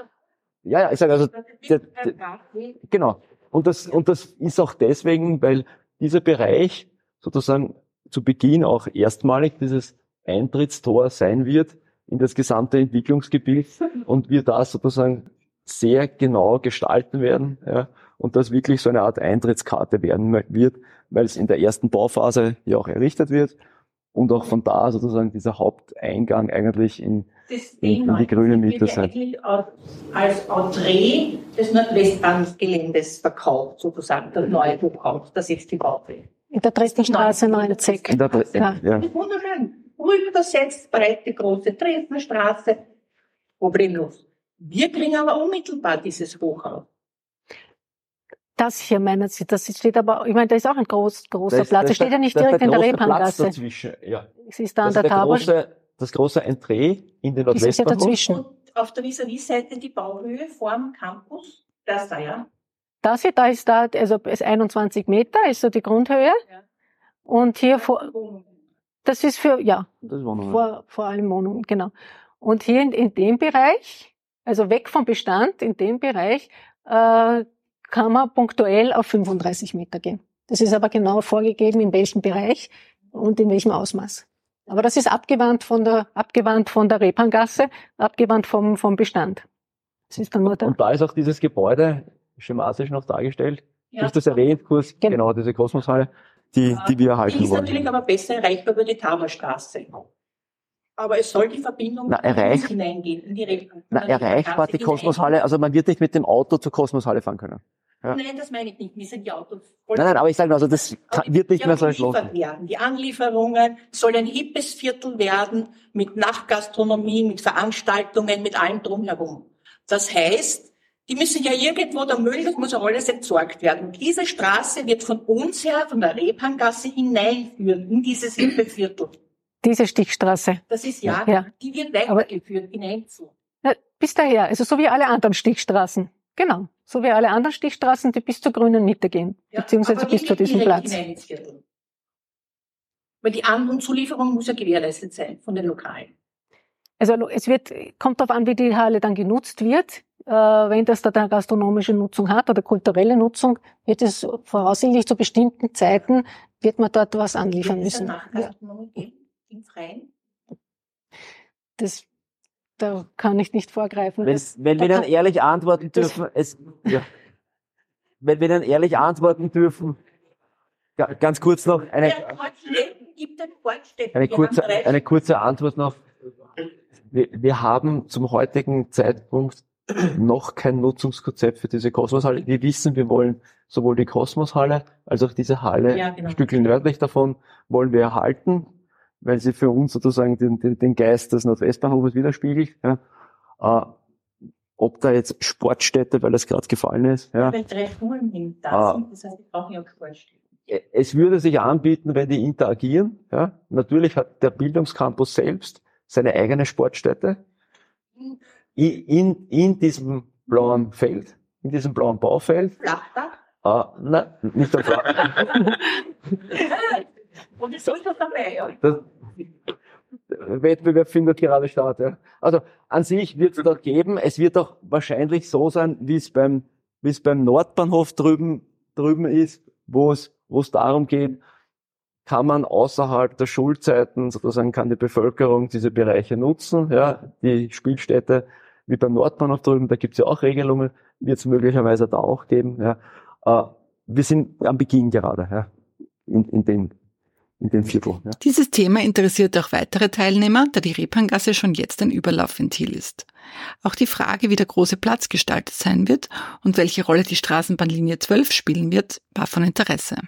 Ja, ja, ich sage also, der, der, genau. Und das, und das ist auch deswegen, weil dieser Bereich sozusagen zu Beginn auch erstmalig dieses Eintrittstor sein wird in das gesamte Entwicklungsgebiet und wir das sozusagen sehr genau gestalten werden, ja, und das wirklich so eine Art Eintrittskarte werden wird, weil es in der ersten Bauphase ja auch errichtet wird und auch von da sozusagen dieser Haupteingang eigentlich in, in, in die grüne Mitte sein. Das wird eigentlich als Entree des Nordwestbahngeländes verkauft, sozusagen, das neue Hochhaus, das ist die Baufläche. In der Dresdenstraße neunzig. In der Dre- ja. ja. Das ist wunderschön. Ruhig übersetzt, breite, große Dresdner Straße. Problemlos. Wir kriegen aber unmittelbar dieses Hochhaus. Das hier meinen Sie, das steht aber, ich meine, da ist auch ein groß, großer Das, Platz. das Das steht der, ja nicht das direkt in der Rebhahngasse. Rebhahngasse. Ja. Es ist da an das der ist der Tabor. große, das große Entree in den Das ist ja Nordwestbahnhof. dazwischen. Und auf der Vis-à-vis-Seite die Bauhöhe vorm Campus, das da, ja. Das hier, da ist da, also ist einundzwanzig Meter, ist so die Grundhöhe. Ja. Und hier vor, Das ist für, ja, Das ist Wohnungen. vor, vor allem Wohnungen, genau. Und hier in, in dem Bereich, also weg vom Bestand, in dem Bereich, äh, kann man punktuell auf fünfunddreißig Meter gehen. Das ist aber genau vorgegeben, in welchem Bereich und in welchem Ausmaß. Aber das ist abgewandt von der, abgewandt von der Rebhahngasse, abgewandt vom, vom Bestand. Das ist dann nur der. Und da ist auch dieses Gebäude schematisch noch dargestellt. Ja. Du hast das erwähnt, kurz, Genau. genau, diese Kosmoshalle, die, die wir erhalten Die ist wollen. natürlich aber besser erreichbar über die Taberstraße. Aber es soll die Verbindung Na, erreich- hineingehen, in die Rebhahngasse. Na, erreichbar die Kosmoshalle, also man wird nicht mit dem Auto zur Kosmoshalle fahren können. Ja. Nein, das meine ich nicht. Wir sind die Autos. Nein, nein, aber ich sage, also das kann, wird nicht Ja, mehr so geliefert entschlossen. werden. Die Anlieferungen soll ein hippes Viertel werden mit Nachtgastronomie, mit Veranstaltungen, mit allem drumherum. Das heißt, die müssen ja irgendwo, der Müll, das muss ja alles entsorgt werden. Und diese Straße wird von uns her, von der Rebhahngasse hineinführen in dieses hippe Viertel. Diese Stichstraße. Das ist ja, Ja. die wird weitergeführt hinein zu. Ja, bis daher, also so wie alle anderen Stichstraßen. Genau. So wie alle anderen Stichstraßen, die bis zur grünen Mitte gehen. Ja, beziehungsweise aber bis die zu wird diesem direkt Platz. hinein ins Viertel. Weil die An- und Zulieferung muss ja gewährleistet sein von den Lokalen. Also es wird, kommt darauf an, wie die Halle dann genutzt wird. Äh, wenn das da eine gastronomische Nutzung hat oder kulturelle Nutzung, wird es voraussichtlich zu bestimmten Zeiten, wird man dort was anliefern Wird es müssen. eine Nachtgastronomie geben, im Freien? Das, da kann ich nicht vorgreifen. Wenn, Das, wenn da wir dann kann- ehrlich antworten das- dürfen, es, ja. Wenn wir dann ehrlich antworten dürfen, ga- ganz kurz noch eine, Ja, Fortstätten gibt es Fortstätten. eine Wir kurze, haben drei eine kurze Antwort noch. Wir, wir haben zum heutigen Zeitpunkt noch kein Nutzungskonzept für diese Kosmoshalle. Wir wissen, wir wollen sowohl die Kosmoshalle als auch diese Halle, Ja, genau. ein Stückchen nördlich davon, wollen wir erhalten, weil sie für uns sozusagen den, den, den Geist des Nordwestbahnhofes widerspiegelt. Ja. Äh, ob da jetzt Sportstätte, weil das gerade gefallen ist. Ja. Weil drei Schulen hin da Ah. sind, das heißt, wir brauchen ja auch Fortstätten. Es würde sich anbieten, wenn die interagieren. Ja. Natürlich hat der Bildungscampus selbst seine eigene Sportstätte in, in, in diesem blauen Feld, in diesem blauen Baufeld. Flachdach? Äh, nein, nicht der Flach. Und es ist das dabei, ja. Das Wettbewerb findet gerade statt. Ja. Also an sich wird es dort geben. Es wird auch wahrscheinlich so sein, wie es beim, wie es beim Nordbahnhof drüben, drüben ist, wo es, wo es darum geht, kann man außerhalb der Schulzeiten sozusagen, kann die Bevölkerung diese Bereiche nutzen. Ja, die Spielstätte wie beim Nordbahnhof drüben, da gibt es ja auch Regelungen, wird es möglicherweise da auch geben. Ja. Äh, wir sind am Beginn gerade, ja, in, in dem in dem Viertel. Ja. Dieses Thema interessiert auch weitere Teilnehmer, da die Rebhahngasse schon jetzt ein Überlaufventil ist. Auch die Frage, wie der große Platz gestaltet sein wird und welche Rolle die Straßenbahnlinie zwölf spielen wird, war von Interesse.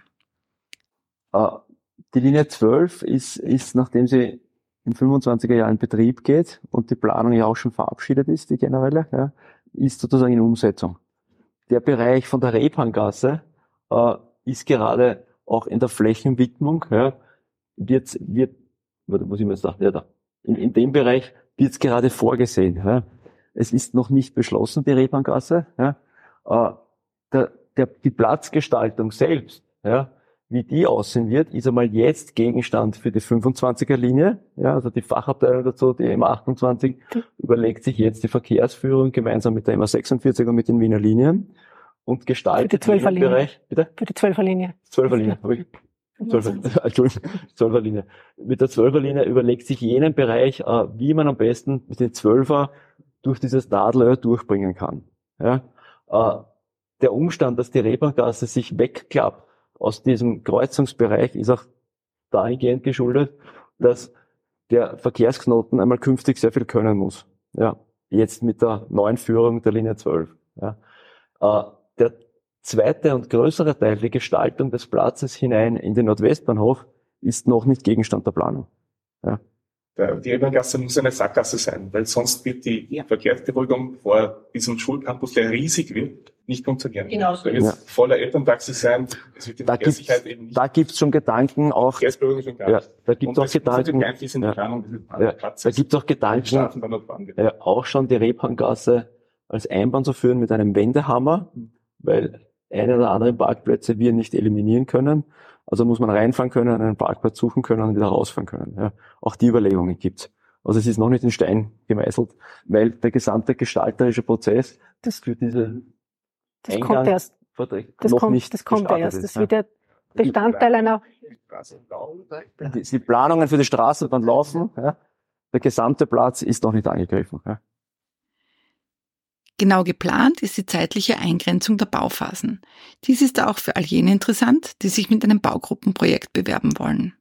Äh, die Linie zwölf ist, ist, nachdem sie in fünfundzwanziger Jahren in Betrieb geht und die Planung ja auch schon verabschiedet ist, die generelle, ja, ist sozusagen in Umsetzung. Der Bereich von der Rebhahngasse äh, ist gerade auch in der Flächenwidmung, ja, wird, wird, warte, muss ich mir jetzt da, ja, da. In, in dem Bereich wird es gerade vorgesehen, ja. Es ist noch nicht beschlossen, die Rebhahngasse, ja. Äh, der, der, die Platzgestaltung selbst, ja, wie die aussehen wird, ist einmal jetzt Gegenstand für die fünfundzwanziger Linie, ja, also die Fachabteilung dazu, die M achtundzwanzig, überlegt sich jetzt die Verkehrsführung gemeinsam mit der M sechsundvierzig und mit den Wiener Linien und gestaltet Für die zwölfer den Linie. Bereich, bitte? Für die zwölfer Linie. Zwölfer Linie, habe ich. Zwölfer, Entschuldigung, Zwölfer Linie. Mit der Zwölfer Linie überlegt sich jenen Bereich, äh, wie man am besten mit den Zwölfer durch dieses Nadelöhr durchbringen kann. Ja? Äh, der Umstand, dass die Rebhahngasse sich wegklappt aus diesem Kreuzungsbereich, ist auch dahingehend geschuldet, dass der Verkehrsknoten einmal künftig sehr viel können muss. Ja, jetzt mit der neuen Führung der Linie zwölf. Ja. Äh, der zweite und größere Teil, die Gestaltung des Platzes hinein in den Nordwestbahnhof, ist noch nicht Gegenstand der Planung. Ja. Die Rebhahngasse muss eine Sackgasse sein, weil sonst wird die ja. Verkehrsberuhigung vor diesem Schulcampus, der riesig wird, nicht funktionieren. Genau so. Da wird es ja. voller Elterntaxi sein, es wird die da Verkehrssicherheit gibt's, eben nicht. Da gibt's schon Gedanken auch. Verkehrsberuhigung schon gar ja, nicht. da gibt's Und auch das, Gedanken. Das ist in der Planung, ja, da gibt's auch Gedanken, ja, auch schon die Rebhahngasse als Einbahn zu führen mit einem Wendehammer, weil eine oder andere Parkplätze wir nicht eliminieren können. Also muss man reinfahren können, einen Parkplatz suchen können und wieder rausfahren können. Ja. Auch die Überlegungen gibt's. Also es ist noch nicht in Stein gemeißelt, weil der gesamte gestalterische Prozess das, für diese das Eingang kommt erst. Das noch kommt, nicht das kommt erst. ist. Das wird der Bestandteil einer... Die, die Planungen für die Straßenbahn laufen. Ja. Der gesamte Platz ist noch nicht angegriffen. Ja. Genau geplant ist die zeitliche Eingrenzung der Bauphasen. Dies ist auch für all jene interessant, die sich mit einem Baugruppenprojekt bewerben wollen.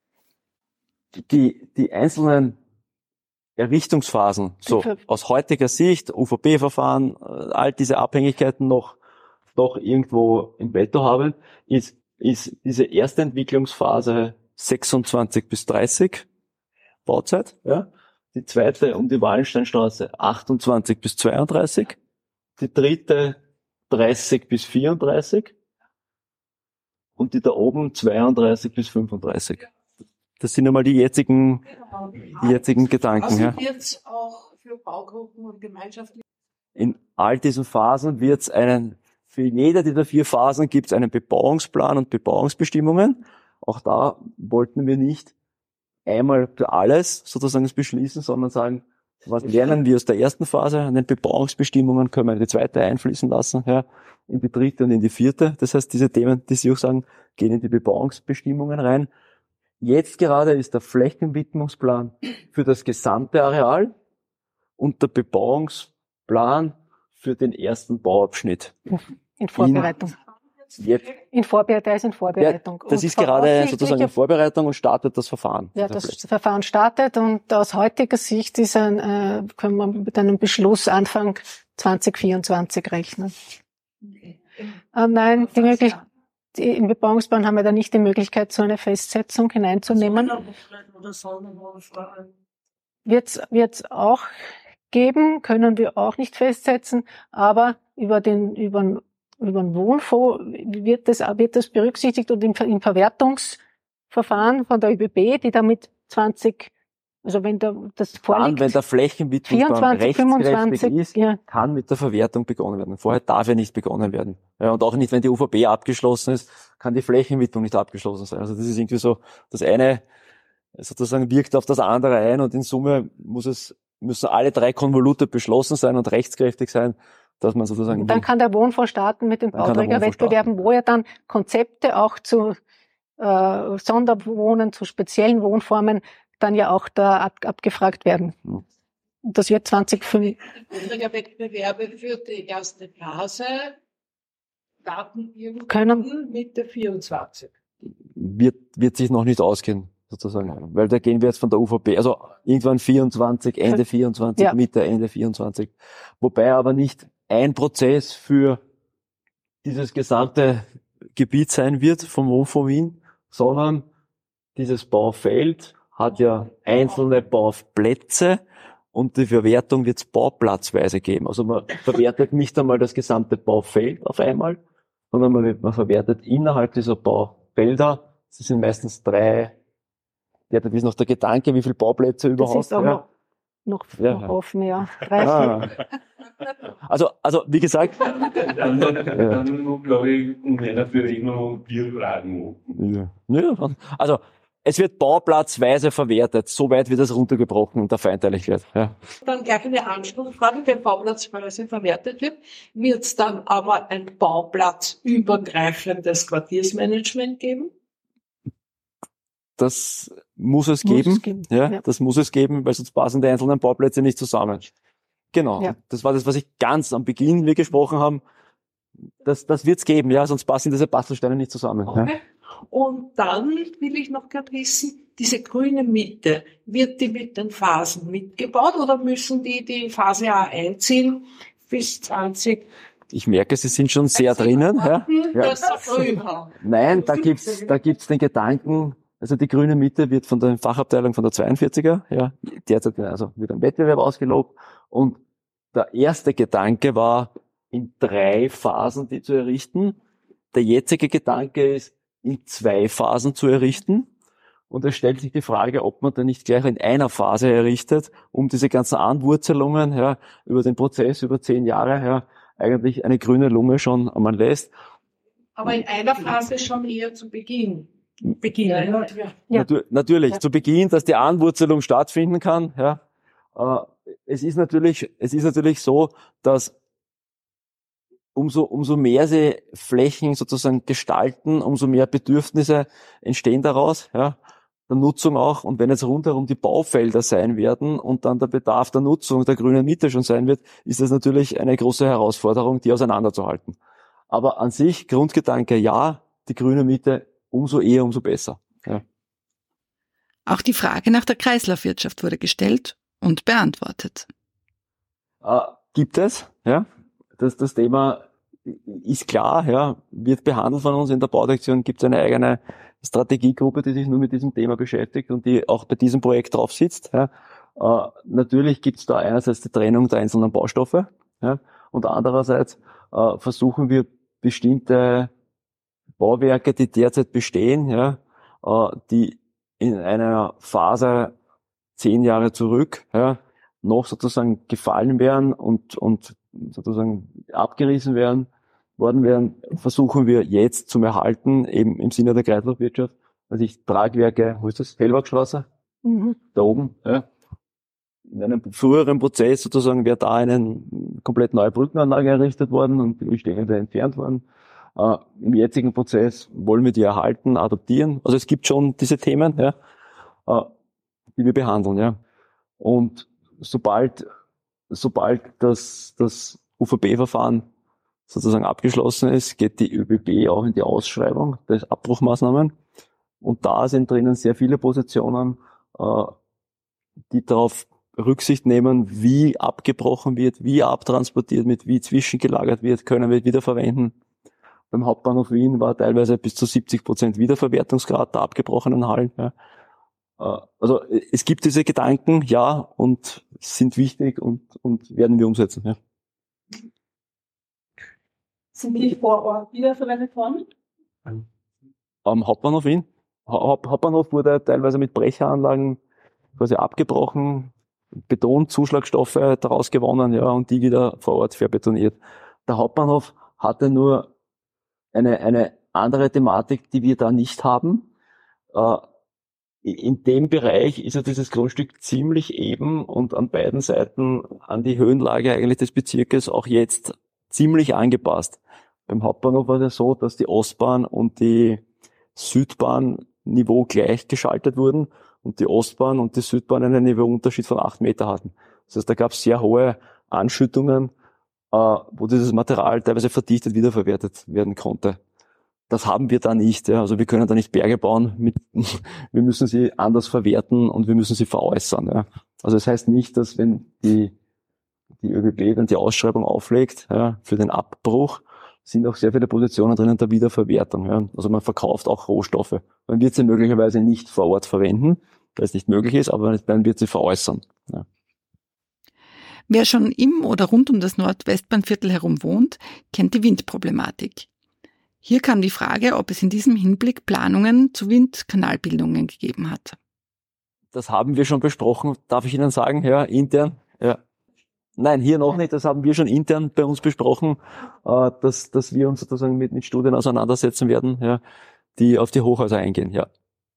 Die, die einzelnen Errichtungsphasen, so aus heutiger Sicht, U V B-Verfahren, all diese Abhängigkeiten noch, noch irgendwo im Petto haben, ist, ist diese erste Entwicklungsphase sechsundzwanzig bis dreißig Bauzeit, ja. Die zweite um die Wallensteinstraße achtundzwanzig bis zweiunddreißig, die dritte dreißig bis vierunddreißig und die da oben zweiunddreißig bis fünfunddreißig. Das sind einmal die jetzigen, die jetzigen Gedanken. Also ja. wird es auch für Baugruppen und Gemeinschaften? In all diesen Phasen wird es einen, für jede dieser vier Phasen gibt es einen Bebauungsplan und Bebauungsbestimmungen. Auch da wollten wir nicht einmal für alles sozusagen beschließen, sondern sagen, was lernen wir aus der ersten Phase an den Bebauungsbestimmungen, können wir in die zweite einfließen lassen, ja, in die dritte und in die vierte. Das heißt, diese Themen, die Sie auch sagen, gehen in die Bebauungsbestimmungen rein. Jetzt gerade ist der Flächenwidmungsplan für das gesamte Areal und der Bebauungsplan für den ersten Bauabschnitt. In Vorbereitung. Jetzt. In Vorbereitung, der ist in Vorbereitung. Ja, das ist gerade sozusagen in Vorbereitung und startet das Verfahren. Ja, das Fläche. Verfahren startet und aus heutiger Sicht ist ein, äh, können wir mit einem Beschluss Anfang zwanzig vierundzwanzig rechnen. Okay. Äh, nein, die Möglichkeit, im Bebauungsplan haben wir da nicht die Möglichkeit, so eine Festsetzung hineinzunehmen. Wird's, wird's auch geben, können wir auch nicht festsetzen, aber über den, über über den Wohnfonds wird das, wird das berücksichtigt und im, im Verwertungsverfahren von der Ö B B, die damit zwanzig, also wenn da das vorliegt, wenn der Flächenwidmungsplan rechtskräftig ist, ja, kann mit der Verwertung begonnen werden. Vorher darf er nicht begonnen werden. Ja, und auch nicht, wenn die U V B abgeschlossen ist, kann die Flächenwidmung nicht abgeschlossen sein. Also das ist irgendwie so, das eine sozusagen wirkt auf das andere ein und in Summe muss es, müssen alle drei Konvolute beschlossen sein und rechtskräftig sein, dass man sozusagen... Und dann kann der Wohnfonds starten mit den Bauträgerwettbewerben, wo er dann Konzepte auch zu äh, Sonderwohnen, zu speziellen Wohnformen dann ja auch da ab, abgefragt werden. Hm. Das wird zwanzig fünf. Bauträgerwettbewerbe für die erste Phase starten irgendwann können Mitte vierundzwanzig. Wird, wird sich noch nicht ausgehen, sozusagen. Weil da gehen wir jetzt von der U V B, also irgendwann vierundzwanzig, Ende vierundzwanzig, ja. Mitte, Ende vierundzwanzig. Wobei aber nicht ein Prozess für dieses gesamte Gebiet sein wird vom Wohnfonds Wien, sondern dieses Baufeld hat ja einzelne Bauplätze und die Verwertung wird es bauplatzweise geben. Also man verwertet nicht einmal das gesamte Baufeld auf einmal, sondern man, man verwertet innerhalb dieser Baufelder, das sind meistens drei, ja, das ist noch der Gedanke, wie viele Bauplätze überhaupt. Das ist auch ja. noch, noch, ja. noch offen, ja. Drei, ah. Also, also, wie gesagt. Dann, dann, dann noch, glaube ich, um einer für immer vier Fragen. Ja. Ja, also, es wird bauplatzweise verwertet, soweit wird es runtergebrochen und der feindlich wird. Ja. Dann gleich eine Anschlussfrage, wenn bauplatzweise verwertet wird, wird es dann aber ein bauplatzübergreifendes Quartiersmanagement geben? Das muss es geben. Muss es geben. Ja, ja, das muss es geben, weil sonst passen die einzelnen Bauplätze nicht zusammen. Genau. Ja. Das war das, was ich ganz am Beginn wir gesprochen haben. Das, das wird's geben, ja, sonst passen diese Bastelsteine nicht zusammen. Okay. Ja. Und dann will ich noch gerade wissen, diese grüne Mitte, wird die mit den Phasen mitgebaut oder müssen die die Phase A einziehen bis zwanzig? Ich merke, Sie sind schon sehr drinnen. Ja. Ja. Nein, da gibt's, da gibt's den Gedanken, also die grüne Mitte wird von der Fachabteilung von der zweiundvierziger, ja, derzeit also wird ein Wettbewerb ausgelobt und der erste Gedanke war, in drei Phasen die zu errichten. Der jetzige Gedanke ist, in zwei Phasen zu errichten. Und es stellt sich die Frage, ob man da nicht gleich in einer Phase errichtet, um diese ganzen Anwurzelungen, ja, über den Prozess, über zehn Jahre, ja, eigentlich eine grüne Lunge schon einmal lässt. Aber in einer Phase schon eher zu Beginn. Beginn. Ja, ja, ja. Natu- natürlich, ja. Zu Beginn, dass die Anwurzelung stattfinden kann. Ja. Äh, es ist natürlich, es ist natürlich so, dass umso, umso mehr sie Flächen sozusagen gestalten, umso mehr Bedürfnisse entstehen daraus, ja, der Nutzung auch. Und wenn jetzt rundherum die Baufelder sein werden und dann der Bedarf der Nutzung der grünen Mitte schon sein wird, ist das natürlich eine große Herausforderung, die auseinanderzuhalten. Aber an sich, Grundgedanke, ja, die grüne Mitte, umso eher, umso besser. Ja. Auch die Frage nach der Kreislaufwirtschaft wurde gestellt und beantwortet. Äh, gibt es, ja. Das, das Thema ist klar, ja, wird behandelt von uns. In der Baudirektion gibt es eine eigene Strategiegruppe, die sich nur mit diesem Thema beschäftigt und die auch bei diesem Projekt drauf sitzt. Ja. Äh, natürlich gibt es da einerseits die Trennung der einzelnen Baustoffe, ja, und andererseits äh, versuchen wir bestimmte Bauwerke, die derzeit bestehen, ja, äh, die in einer Phase zehn Jahre zurück, ja, noch sozusagen gefallen wären und, und sozusagen abgerissen werden, worden wären, versuchen wir jetzt zum Erhalten, eben im Sinne der Kreislaufwirtschaft, also ich Tragwerke, wo ist das? Hellwachstraße? Mhm. Da oben, ja. In einem früheren Prozess sozusagen wäre da eine komplett neue Brückenanlage errichtet worden und die bestehende entfernt worden. Uh, Im jetzigen Prozess wollen wir die erhalten, adaptieren. Also es gibt schon diese Themen, ja, uh, die wir behandeln, ja. Und sobald, sobald das, das U V B-Verfahren sozusagen abgeschlossen ist, geht die ÖBB auch in die Ausschreibung der Abbruchmaßnahmen. Und da sind drinnen sehr viele Positionen, uh, die darauf Rücksicht nehmen, wie abgebrochen wird, wie abtransportiert wird, wie zwischengelagert wird, können wir wiederverwenden. Beim Hauptbahnhof Wien war teilweise bis zu siebzig Prozent Wiederverwertungsgrad der abgebrochenen Hallen. Ja. Also es gibt diese Gedanken, ja, und sind wichtig und, und werden wir umsetzen. Ja. Sind die vor Ort wiederverwendet worden? Am Hauptbahnhof Wien. Haupt, Hauptbahnhof wurde teilweise mit Brecheranlagen quasi abgebrochen, Betonzuschlagstoffe daraus gewonnen, ja, und die wieder vor Ort verbetoniert. Der Hauptbahnhof hatte nur eine, eine andere Thematik, die wir da nicht haben. Äh, in dem Bereich ist ja dieses Grundstück ziemlich eben und an beiden Seiten an die Höhenlage eigentlich des Bezirkes auch jetzt ziemlich angepasst. Beim Hauptbahnhof war es so, dass die Ostbahn und die Südbahn Niveau gleich geschaltet wurden und die Ostbahn und die Südbahn einen Niveauunterschied von acht Meter hatten. Das heißt, da gab es sehr hohe Anschüttungen, wo dieses Material teilweise verdichtet wiederverwertet werden konnte. Das haben wir da nicht. Ja. Also wir können da nicht Berge bauen. Mit, wir müssen sie anders verwerten und wir müssen sie veräußern. Ja. Also das heißt nicht, dass wenn die, die ÖBB dann die Ausschreibung auflegt, ja, für den Abbruch, sind auch sehr viele Positionen drinnen der Wiederverwertung. Ja. Also man verkauft auch Rohstoffe. Man wird sie möglicherweise nicht vor Ort verwenden, weil es nicht möglich ist, aber man wird sie veräußern. Ja. Wer schon im oder rund um das Nordwestbahnviertel herum wohnt, kennt die Windproblematik. Hier kam die Frage, ob es in diesem Hinblick Planungen zu Windkanalbildungen gegeben hat. Das haben wir schon besprochen, darf ich Ihnen sagen, ja, intern. Ja. Nein, hier noch nicht, das haben wir schon intern bei uns besprochen, äh, dass, dass wir uns sozusagen mit, mit Studien auseinandersetzen werden, ja, die auf die Hochhäuser eingehen, ja.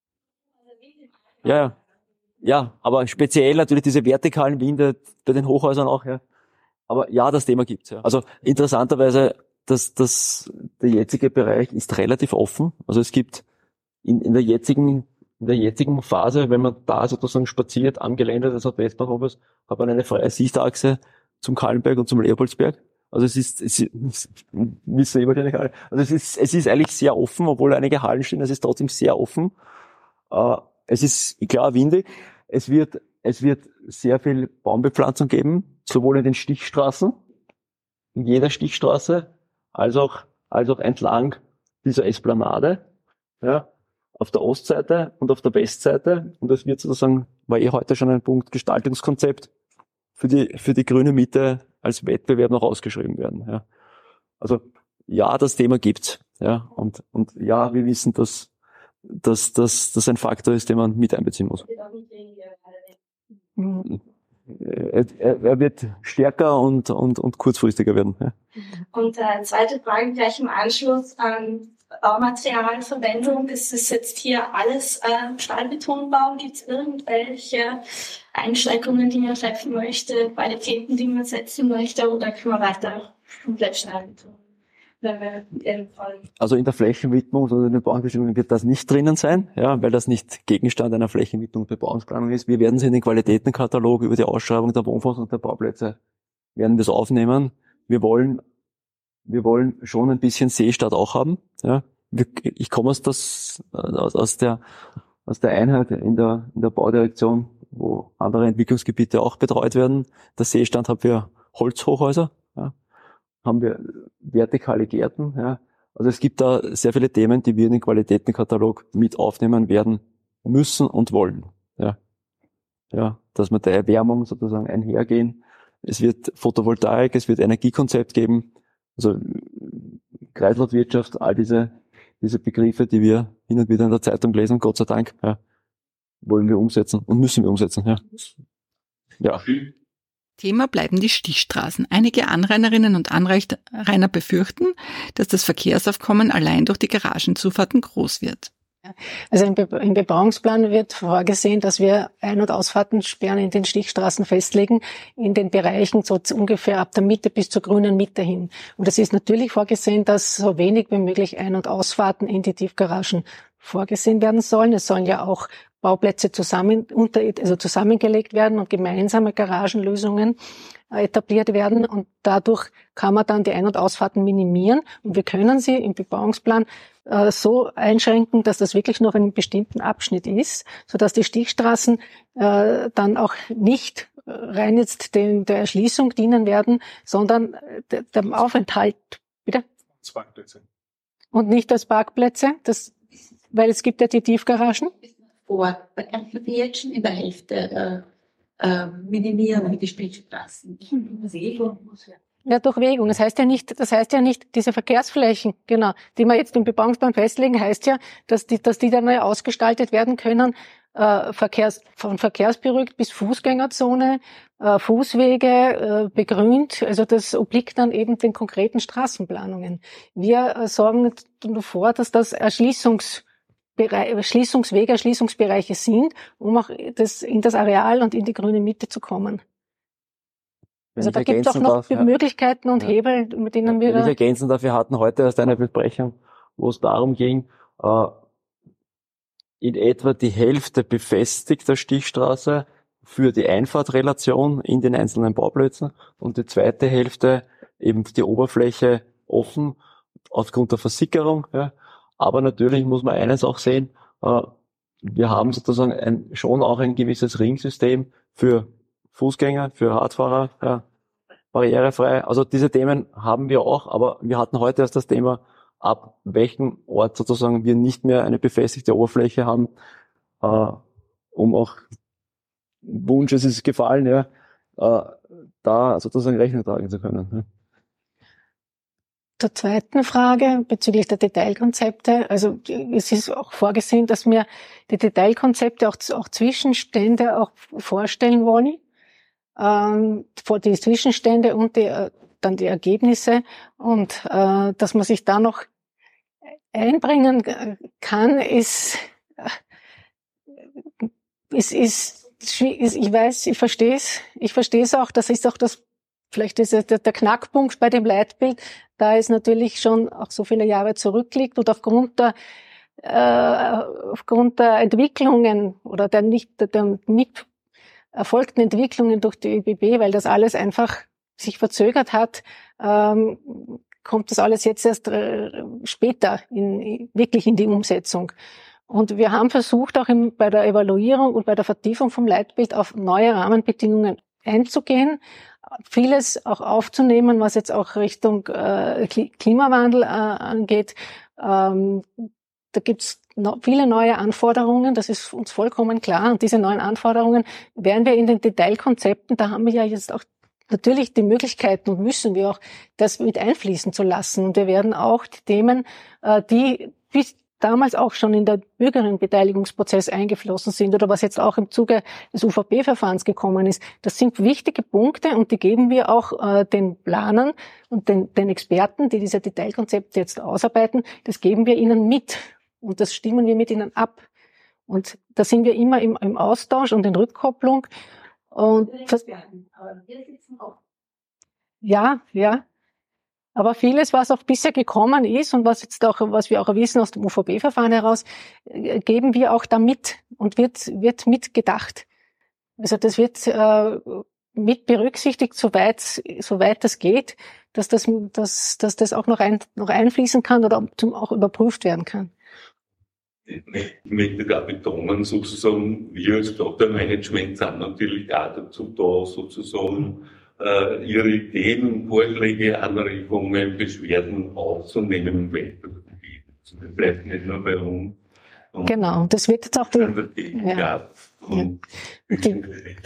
Ja, ja. Ja, aber speziell natürlich diese vertikalen Winde bei den Hochhäusern auch, ja. Aber ja, das Thema gibt's, ja. Also interessanterweise, dass das der jetzige Bereich ist relativ offen. Also es gibt in, in der jetzigen in der jetzigen Phase, wenn man da sozusagen spaziert am Gelände des Nordwestbahnhofes, hat man eine freie Sichtachse zum Kahlenberg und zum Leopoldsberg. Also es ist, es ist wissen eh wahrscheinlich alle. Also es ist, es ist eigentlich sehr offen, obwohl einige Hallen stehen. Es ist trotzdem sehr offen. Uh, Es ist klar windig. Es wird, es wird sehr viel Baumbepflanzung geben, sowohl in den Stichstraßen, in jeder Stichstraße, als auch, als auch entlang dieser Esplanade, ja, auf der Ostseite und auf der Westseite. Und es wird sozusagen, war eh heute schon ein Punkt, Gestaltungskonzept für die, für die grüne Mitte als Wettbewerb noch ausgeschrieben werden, ja. Also, ja, das Thema gibt's, ja. Und, und ja, wir wissen, dass, dass das dass ein Faktor ist, den man mit einbeziehen muss. er, er wird stärker und, und, und kurzfristiger werden. Ja. Und äh, zweite Frage gleich im Anschluss an Baumaterialverwendung. Ist es jetzt hier alles äh, Stahlbetonbau? Gibt es irgendwelche Einschränkungen, die man treffen möchte, Qualitäten, die man setzen möchte, oder können wir weiter komplett Stahlbeton? Also in der Flächenwidmung oder in den Bauungsbestimmungen wird das nicht drinnen sein, ja, weil das nicht Gegenstand einer Flächenwidmung und Bebauungsplanung ist. Wir werden sie in den Qualitätenkatalog über die Ausschreibung der Wohnfonds und der Bauplätze werden das aufnehmen. Wir wollen, wir wollen schon ein bisschen Seestadt auch haben, ja. Ich komme aus das, aus der, aus der Einheit in der, in der Baudirektion, wo andere Entwicklungsgebiete auch betreut werden. Der Seestand haben wir Holzhochhäuser, ja. Haben wir vertikale Gärten, ja. Also es gibt da sehr viele Themen, die wir in den Qualitätenkatalog mit aufnehmen werden müssen und wollen, ja. Ja, dass wir der Erwärmung sozusagen einhergehen. Es wird Photovoltaik, es wird Energiekonzept geben, also Kreislaufwirtschaft, all diese, diese Begriffe, die wir hin und wieder in der Zeitung lesen, Gott sei Dank, ja, wollen wir umsetzen und müssen wir umsetzen, ja. Ja. Thema bleiben die Stichstraßen. Einige Anrainerinnen und Anrainer befürchten, dass das Verkehrsaufkommen allein durch die Garagenzufahrten groß wird. Also im, Be- im Bebauungsplan wird vorgesehen, dass wir Ein- und Ausfahrtensperren in den Stichstraßen festlegen, in den Bereichen so ungefähr ab der Mitte bis zur grünen Mitte hin. Und es ist natürlich vorgesehen, dass so wenig wie möglich Ein- und Ausfahrten in die Tiefgaragen vorgesehen werden sollen. Es sollen ja auch Bauplätze zusammen, unter, also zusammengelegt werden und gemeinsame Garagenlösungen etabliert werden. Und dadurch kann man dann die Ein- und Ausfahrten minimieren. Und wir können sie im Bebauungsplan äh, so einschränken, dass das wirklich nur auf einem bestimmten Abschnitt ist, sodass die Stichstraßen äh, dann auch nicht rein jetzt den, der Erschließung dienen werden, sondern de, dem Aufenthalt, bitte? Parkplätze. Und nicht als Parkplätze, das, weil es gibt ja die Tiefgaragen. Vor, man kann die jetzt schon in der Hälfte äh, äh, minimieren mit den Stichstraßen. Ja, Durchwegung. Das heißt ja nicht, das heißt ja nicht, diese Verkehrsflächen, genau, die wir jetzt im Bebauungsplan festlegen, heißt ja, dass die, dass die dann neu ausgestaltet werden können, äh, Verkehrs, von verkehrsberuhigt bis Fußgängerzone, äh, Fußwege, äh, begrünt. Also das obliegt dann eben den konkreten Straßenplanungen. Wir äh, sorgen davor, dass das Erschließungs Erschließungswege, Erschließungsbereiche sind, um auch das, in das Areal und in die grüne Mitte zu kommen. Wenn also da gibt es auch noch darf, Möglichkeiten und ja. Hebel, mit denen wir... Wenn ich ergänzen darf, wir hatten heute erst eine Besprechung, wo es darum ging, äh, in etwa die Hälfte befestigter Stichstraße für die Einfahrtrelation in den einzelnen Bauplätzen und die zweite Hälfte eben die Oberfläche offen aufgrund der Versickerung, ja. Aber natürlich muss man eines auch sehen, äh, wir haben sozusagen ein, schon auch ein gewisses Ringsystem für Fußgänger, für Radfahrer, ja, barrierefrei. Also diese Themen haben wir auch, aber wir hatten heute erst das Thema, ab welchem Ort sozusagen wir nicht mehr eine befestigte Oberfläche haben, äh, um auch Wunsch, es ist gefallen, ja, äh, da sozusagen Rechnung tragen zu können. Ja. Zur zweiten Frage bezüglich der Detailkonzepte. Also es ist auch vorgesehen, dass wir die Detailkonzepte auch, auch Zwischenstände auch vorstellen wollen. Ähm, vor die Zwischenstände und die, dann die Ergebnisse. Und äh, dass man sich da noch einbringen kann, ist, ist, ist, ist ich weiß, ich verstehe es. Ich verstehe es auch. Das ist auch das Vielleicht ist es der, der Knackpunkt bei dem Leitbild, da es natürlich schon auch so viele Jahre zurückliegt und aufgrund der, äh, aufgrund der Entwicklungen oder der nicht, der nicht erfolgten Entwicklungen durch die ÖBB, weil das alles einfach sich verzögert hat, ähm, kommt das alles jetzt erst äh, später in, wirklich in die Umsetzung. Und wir haben versucht, auch im, bei der Evaluierung und bei der Vertiefung vom Leitbild auf neue Rahmenbedingungen einzugehen, vieles auch aufzunehmen, was jetzt auch Richtung äh, Klimawandel äh, angeht. Ähm, da gibt's no, viele neue Anforderungen, das ist uns vollkommen klar. Und diese neuen Anforderungen werden wir in den Detailkonzepten, da haben wir ja jetzt auch natürlich die Möglichkeiten und müssen wir auch das mit einfließen zu lassen. Und wir werden auch die Themen, äh, die bis damals auch schon in der Bürgerinnenbeteiligungsprozess eingeflossen sind oder was jetzt auch im Zuge des U V B-Verfahrens gekommen ist, das sind wichtige Punkte und die geben wir auch äh, den Planern und den, den Experten, die diese Detailkonzepte jetzt ausarbeiten, das geben wir ihnen mit und das stimmen wir mit ihnen ab. Und da sind wir immer im, im Austausch und in Rückkopplung. Und ja, ja. Aber vieles, was auch bisher gekommen ist und was jetzt auch, was wir auch wissen aus dem U V B-Verfahren heraus, geben wir auch da mit und wird, wird mitgedacht. Also das wird äh, mit berücksichtigt, soweit, soweit das geht, dass das, dass, dass das auch noch, ein, noch einfließen kann oder zum, auch überprüft werden kann. Ich möchte da betonen, sozusagen, wir als Stadtteilmanagement sind natürlich auch dazu da, sozusagen, Uh, ihre Ideen und Vorschläge, Anregungen, Beschwerden aufzunehmen und weiterzugeben. Also das bleibt nicht nur bei uns. Und genau, das wird jetzt auch die, ja. Ja, und die,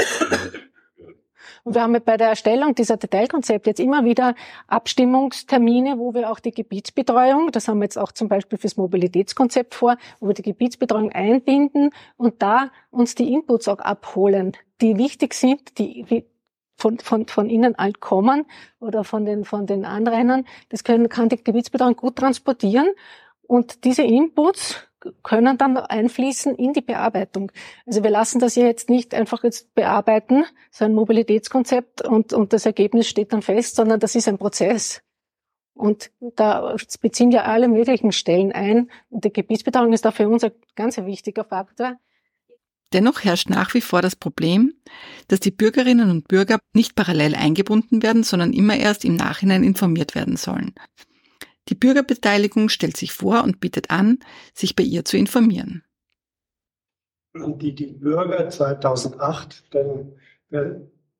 und wir haben bei der Erstellung dieser Detailkonzepte jetzt immer wieder Abstimmungstermine, wo wir auch die Gebietsbetreuung, das haben wir jetzt auch zum Beispiel fürs Mobilitätskonzept vor, wo wir die Gebietsbetreuung einbinden und da uns die Inputs auch abholen, die wichtig sind, die, die von, von, von ihnen halt kommen oder von den, von den Anrainern. Das können, kann die Gebietsbetreuung gut transportieren und diese Inputs können dann einfließen in die Bearbeitung. Also wir lassen das ja jetzt nicht einfach jetzt bearbeiten, so ein Mobilitätskonzept und, und das Ergebnis steht dann fest, sondern das ist ein Prozess. Und da beziehen wir alle möglichen Stellen ein und die Gebietsbetreuung ist da für uns ein ganz wichtiger Faktor. Dennoch herrscht nach wie vor das Problem, dass die Bürgerinnen und Bürger nicht parallel eingebunden werden, sondern immer erst im Nachhinein informiert werden sollen. Die Bürgerbeteiligung stellt sich vor und bietet an, sich bei ihr zu informieren. Die, die Bürger zweitausendacht, denn wer,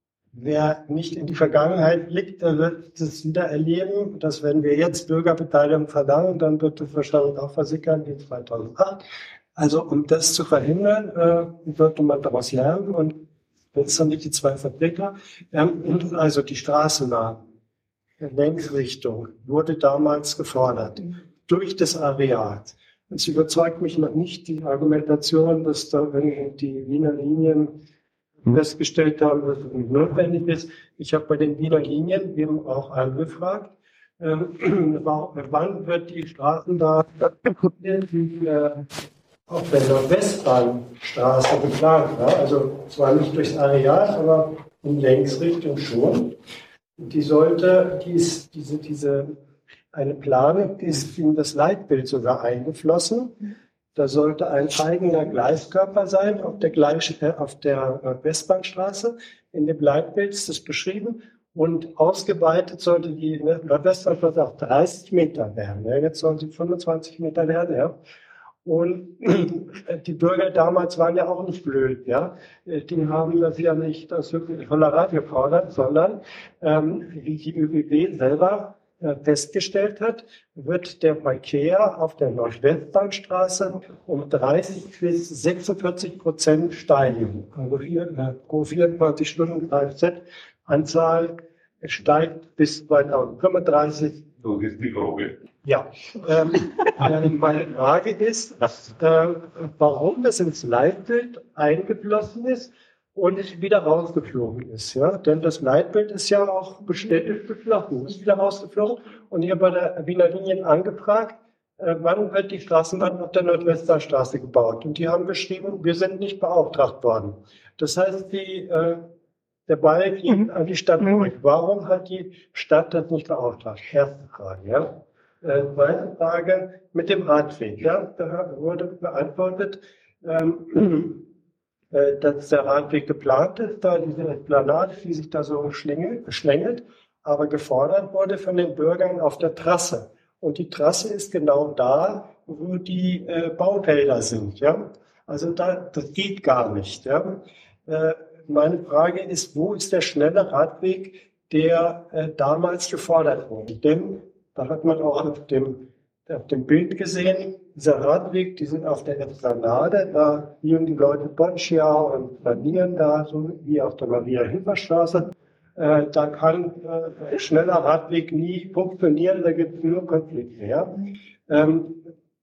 wer nicht in die Vergangenheit blickt, der wird es wieder erleben, dass wenn wir jetzt Bürgerbeteiligung verlangen, dann wird es wahrscheinlich auch versickern wie zweitausendacht. Also um das zu verhindern, äh, sollte man daraus lernen und jetzt haben wir die zwei Vertreter. Ähm, also die Straßenbahn, Längsrichtung wurde damals gefordert durch das Areal. Es überzeugt mich noch nicht die Argumentation, dass da irgendwie die Wiener Linien festgestellt haben, dass es nicht notwendig ist. Ich habe bei den Wiener Linien eben auch angefragt, äh, wann wird die Straßenbahn die, äh, auf der Nordwestbahnstraße geplant, ja? Also zwar nicht durchs Areal, aber in Längsrichtung schon. Die sollte, die ist, diese, diese, eine Planung, die ist in das Leitbild sogar eingeflossen. Da sollte ein eigener Gleiskörper sein auf der, Gleis, äh, auf der Nordwestbahnstraße. In dem Leitbild ist das beschrieben. Und ausgeweitet sollte die Nordwestbahnstraße auf dreißig Meter werden. Ja? Jetzt sollen sie fünfundzwanzig Meter werden, ja. Und die Bürger damals waren ja auch nicht blöd, ja. Die haben das ja nicht aus Höllerei gefordert, sondern ähm, wie die Ö B B selber äh, festgestellt hat, wird der Verkehr auf der Nordwestbahnstraße um dreißig bis sechsundvierzig Prozent steigen. Also hier, äh, pro vierundzwanzig Stunden Kfz-Anzahl steigt bis zweitausendfünfunddreißig. So ist die Frage. Ja, ähm, meine Frage ist, äh, warum das ins Leitbild eingeflossen ist und wieder rausgeflogen ist. Ja? Denn das Leitbild ist ja auch beständig geflogen, ist wieder rausgeflogen. Und ich habe bei der Wiener Linien angefragt, äh, wann wird die Straßenbahn auf der Nordwestbahnstraße gebaut? Und die haben geschrieben, wir sind nicht beauftragt worden. Das heißt, die, äh, der Ball ging an die Stadt zurück. Warum hat die Stadt das nicht beauftragt? Erste Frage, ja. Äh, zweite Frage mit dem Radweg. Ja, da wurde beantwortet, ähm, äh, dass der Radweg geplant ist, da diese Esplanade, die sich da so schlängelt, schlängelt, aber gefordert wurde von den Bürgern auf der Trasse. Und die Trasse ist genau da, wo die äh, Baufelder sind. Ja, also da, das geht gar nicht. Ja, äh, meine Frage ist, wo ist der schnelle Radweg, der äh, damals gefordert wurde? Denn da hat man auch auf dem, auf dem Bild gesehen, dieser Radweg, die sind auf der Esplanade, da liegen die Leute Boccia und planieren da, so wie auf der Maria-Hilfer-Straße. Äh, da kann äh, ein schneller Radweg nie funktionieren, da gibt es nur Konflikte. Ja? Ähm,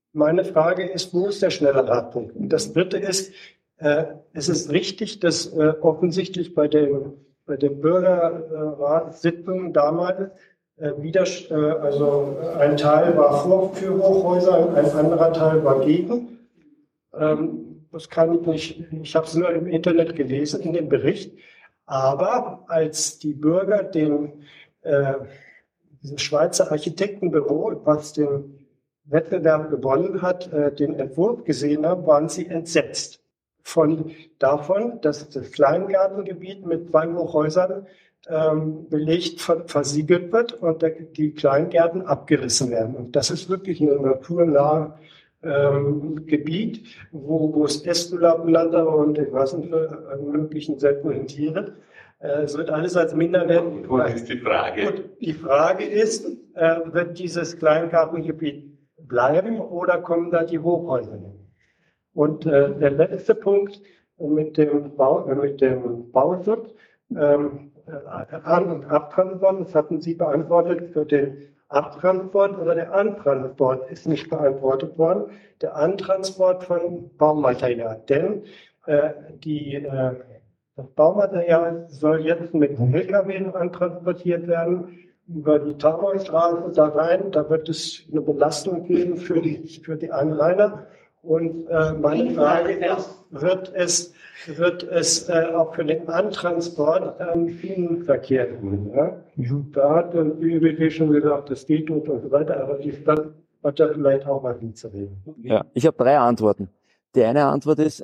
meine Frage ist, wo ist der schnelle Radpunkt? Und das dritte ist, äh, es ist richtig, dass äh, offensichtlich bei dem, bei den Bürgerratssitzungen damals äh, wieder, äh, also ein Teil war vor für Hochhäuser und ein anderer Teil war gegen. Ähm, das kann ich nicht, ich habe es nur im Internet gelesen, in dem Bericht. Aber als die Bürger dem äh, dieses Schweizer Architektenbüro, was den Wettbewerb gewonnen hat, äh, den Entwurf gesehen haben, waren sie entsetzt von davon, dass das Kleingartengebiet mit zwei Hochhäusern ähm, belegt ver versiegelt wird und der, die Kleingärten abgerissen werden. Und das ist wirklich ein naturnahes ähm, Gebiet, wo, wo es Ästulappblätter und ich weiß nicht, äh, möglichen seltenen Tiere. Äh, es wird alles als Minderwert. Was ist die Frage? Und die Frage ist, äh, wird dieses Kleingartengebiet bleiben oder kommen da die Hochhäuser hin? Und äh, der letzte Punkt mit dem, Bau, äh, mit dem Bauschutz, ähm, An- und Abtransport, das hatten Sie beantwortet, für den Abtransport oder der Antransport ist nicht beantwortet worden. Der Antransport von Baumaterial, denn äh, die, äh, das Baumaterial soll jetzt mit L K W antransportiert werden über die Taunusstraße da rein. Da wird es eine Belastung geben für die, für die Anrainer. Und äh, meine Frage ist, wird es, wird es äh, auch für den Antransport ähm, Schienenverkehr geben? Ja? Mhm. Da hat der Ü B D schon gesagt, das geht nicht und so weiter, aber die Stadt hat da vielleicht auch was mitzureden. Ja, ich habe drei Antworten. Die eine Antwort ist,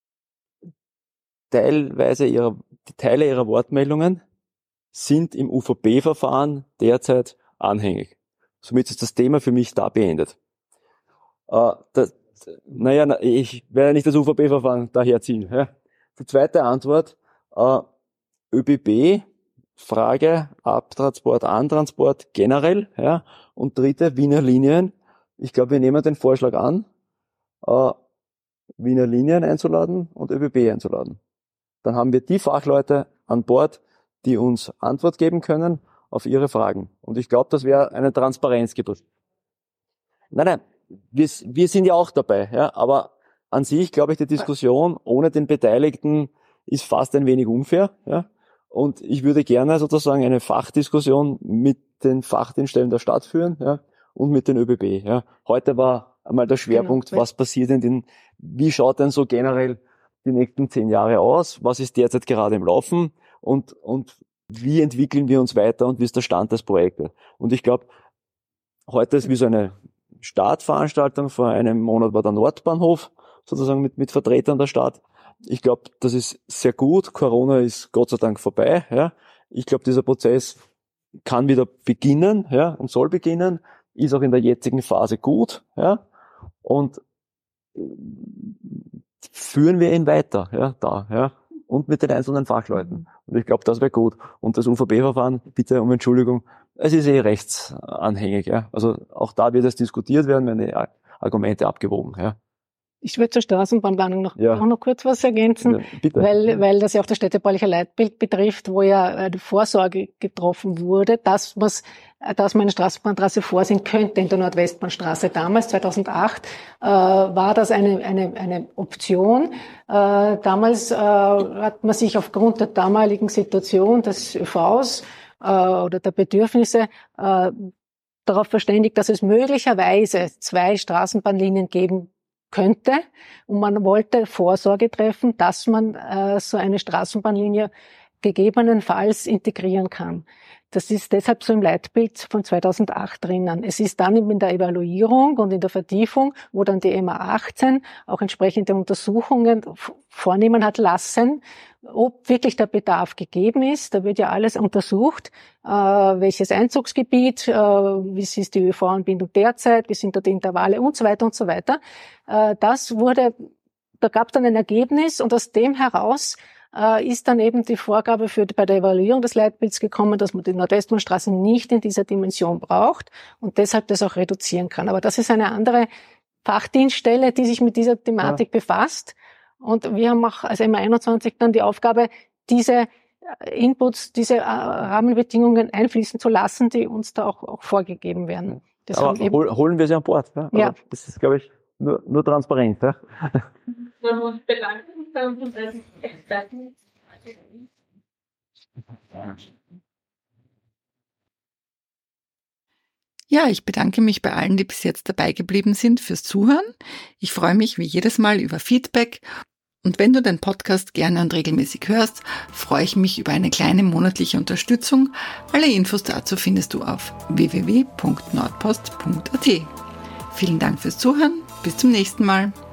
teilweise ihrer, die Teile ihrer Wortmeldungen sind im U V B-Verfahren derzeit anhängig. Somit ist das Thema für mich da beendet. Äh, das, naja, ich werde nicht das U V B-Verfahren daher ziehen. Ja. Die zweite Antwort, äh, ÖBB, Frage, Abtransport, Antransport generell. Ja. Und dritte, Wiener Linien. Ich glaube, wir nehmen den Vorschlag an, äh, Wiener Linien einzuladen und ÖBB einzuladen. Dann haben wir die Fachleute an Bord, die uns Antwort geben können auf ihre Fragen. Und ich glaube, das wäre eine Transparenz gebracht. Nein, nein, wir, wir sind ja auch dabei, ja, aber an sich glaube ich, die Diskussion ohne den Beteiligten ist fast ein wenig unfair, ja. Und ich würde gerne sozusagen eine Fachdiskussion mit den Fachdienststellen der Stadt führen, ja, und mit den ÖBB, ja. Heute war einmal der Schwerpunkt, genau, was passiert in den, wie schaut denn so generell die nächsten zehn Jahre aus? Was ist derzeit gerade im Laufen? Und, und wie entwickeln wir uns weiter und wie ist der Stand des Projektes? Und ich glaube, heute ist wie so eine Startveranstaltung. Vor einem Monat war der Nordbahnhof sozusagen mit, mit Vertretern der Stadt. Ich glaube, das ist sehr gut. Corona ist Gott sei Dank vorbei. Ja. Ich glaube, dieser Prozess kann wieder beginnen, ja, und soll beginnen, ist auch in der jetzigen Phase gut, ja. Und führen wir ihn weiter, ja, da, ja, und mit den einzelnen Fachleuten. Und ich glaube, das wäre gut. Und das U V B-Verfahren, bitte um Entschuldigung, es ist eh rechtsanhängig, ja. Also auch da wird es diskutiert werden, wenn die Argumente abgewogen, ja. Ich würde zur Straßenbahnplanung noch, ja. auch noch kurz was ergänzen, ja, bitte. Weil, weil das ja auch das städtebauliche Leitbild betrifft, wo ja eine Vorsorge getroffen wurde, dass, was, dass man eine Straßenbahntrasse vorsehen könnte in der Nordwestbahnstraße. Damals, zweitausendacht, äh, war das eine, eine, eine Option. Äh, damals äh, hat man sich aufgrund der damaligen Situation des ÖVs äh, oder der Bedürfnisse äh, darauf verständigt, dass es möglicherweise zwei Straßenbahnlinien geben könnte, und man wollte Vorsorge treffen, dass man äh, so eine Straßenbahnlinie gegebenenfalls integrieren kann. Das ist deshalb so im Leitbild von zweitausendacht drinnen. Es ist dann in der Evaluierung und in der Vertiefung, wo dann die M A achtzehn auch entsprechende Untersuchungen vornehmen hat lassen, ob wirklich der Bedarf gegeben ist. Da wird ja alles untersucht, äh, welches Einzugsgebiet, äh, wie ist die ÖV-Anbindung derzeit, wie sind da die Intervalle und so weiter und so weiter. Äh, das wurde, da gab es dann ein Ergebnis, und aus dem heraus äh, ist dann eben die Vorgabe für bei der Evaluierung des Leitbilds gekommen, dass man die Nordwestbahnstraße nicht in dieser Dimension braucht und deshalb das auch reduzieren kann. Aber das ist eine andere Fachdienststelle, die sich mit dieser Thematik ja. befasst. Und wir haben auch als M A einundzwanzig dann die Aufgabe, diese Inputs, diese Rahmenbedingungen einfließen zu lassen, die uns da auch, auch vorgegeben werden. Das Aber haben hol, holen wir sie an Bord. Ja? Ja. Also das ist, glaube ich, nur, nur transparent. Ja? Wir uns bedanken bei unseren Experten. Ja, ich bedanke mich bei allen, die bis jetzt dabei geblieben sind, fürs Zuhören. Ich freue mich wie jedes Mal über Feedback. Und wenn du den Podcast gerne und regelmäßig hörst, freue ich mich über eine kleine monatliche Unterstützung. Alle Infos dazu findest du auf w w w punkt nordpost punkt a t. Vielen Dank fürs Zuhören. Bis zum nächsten Mal.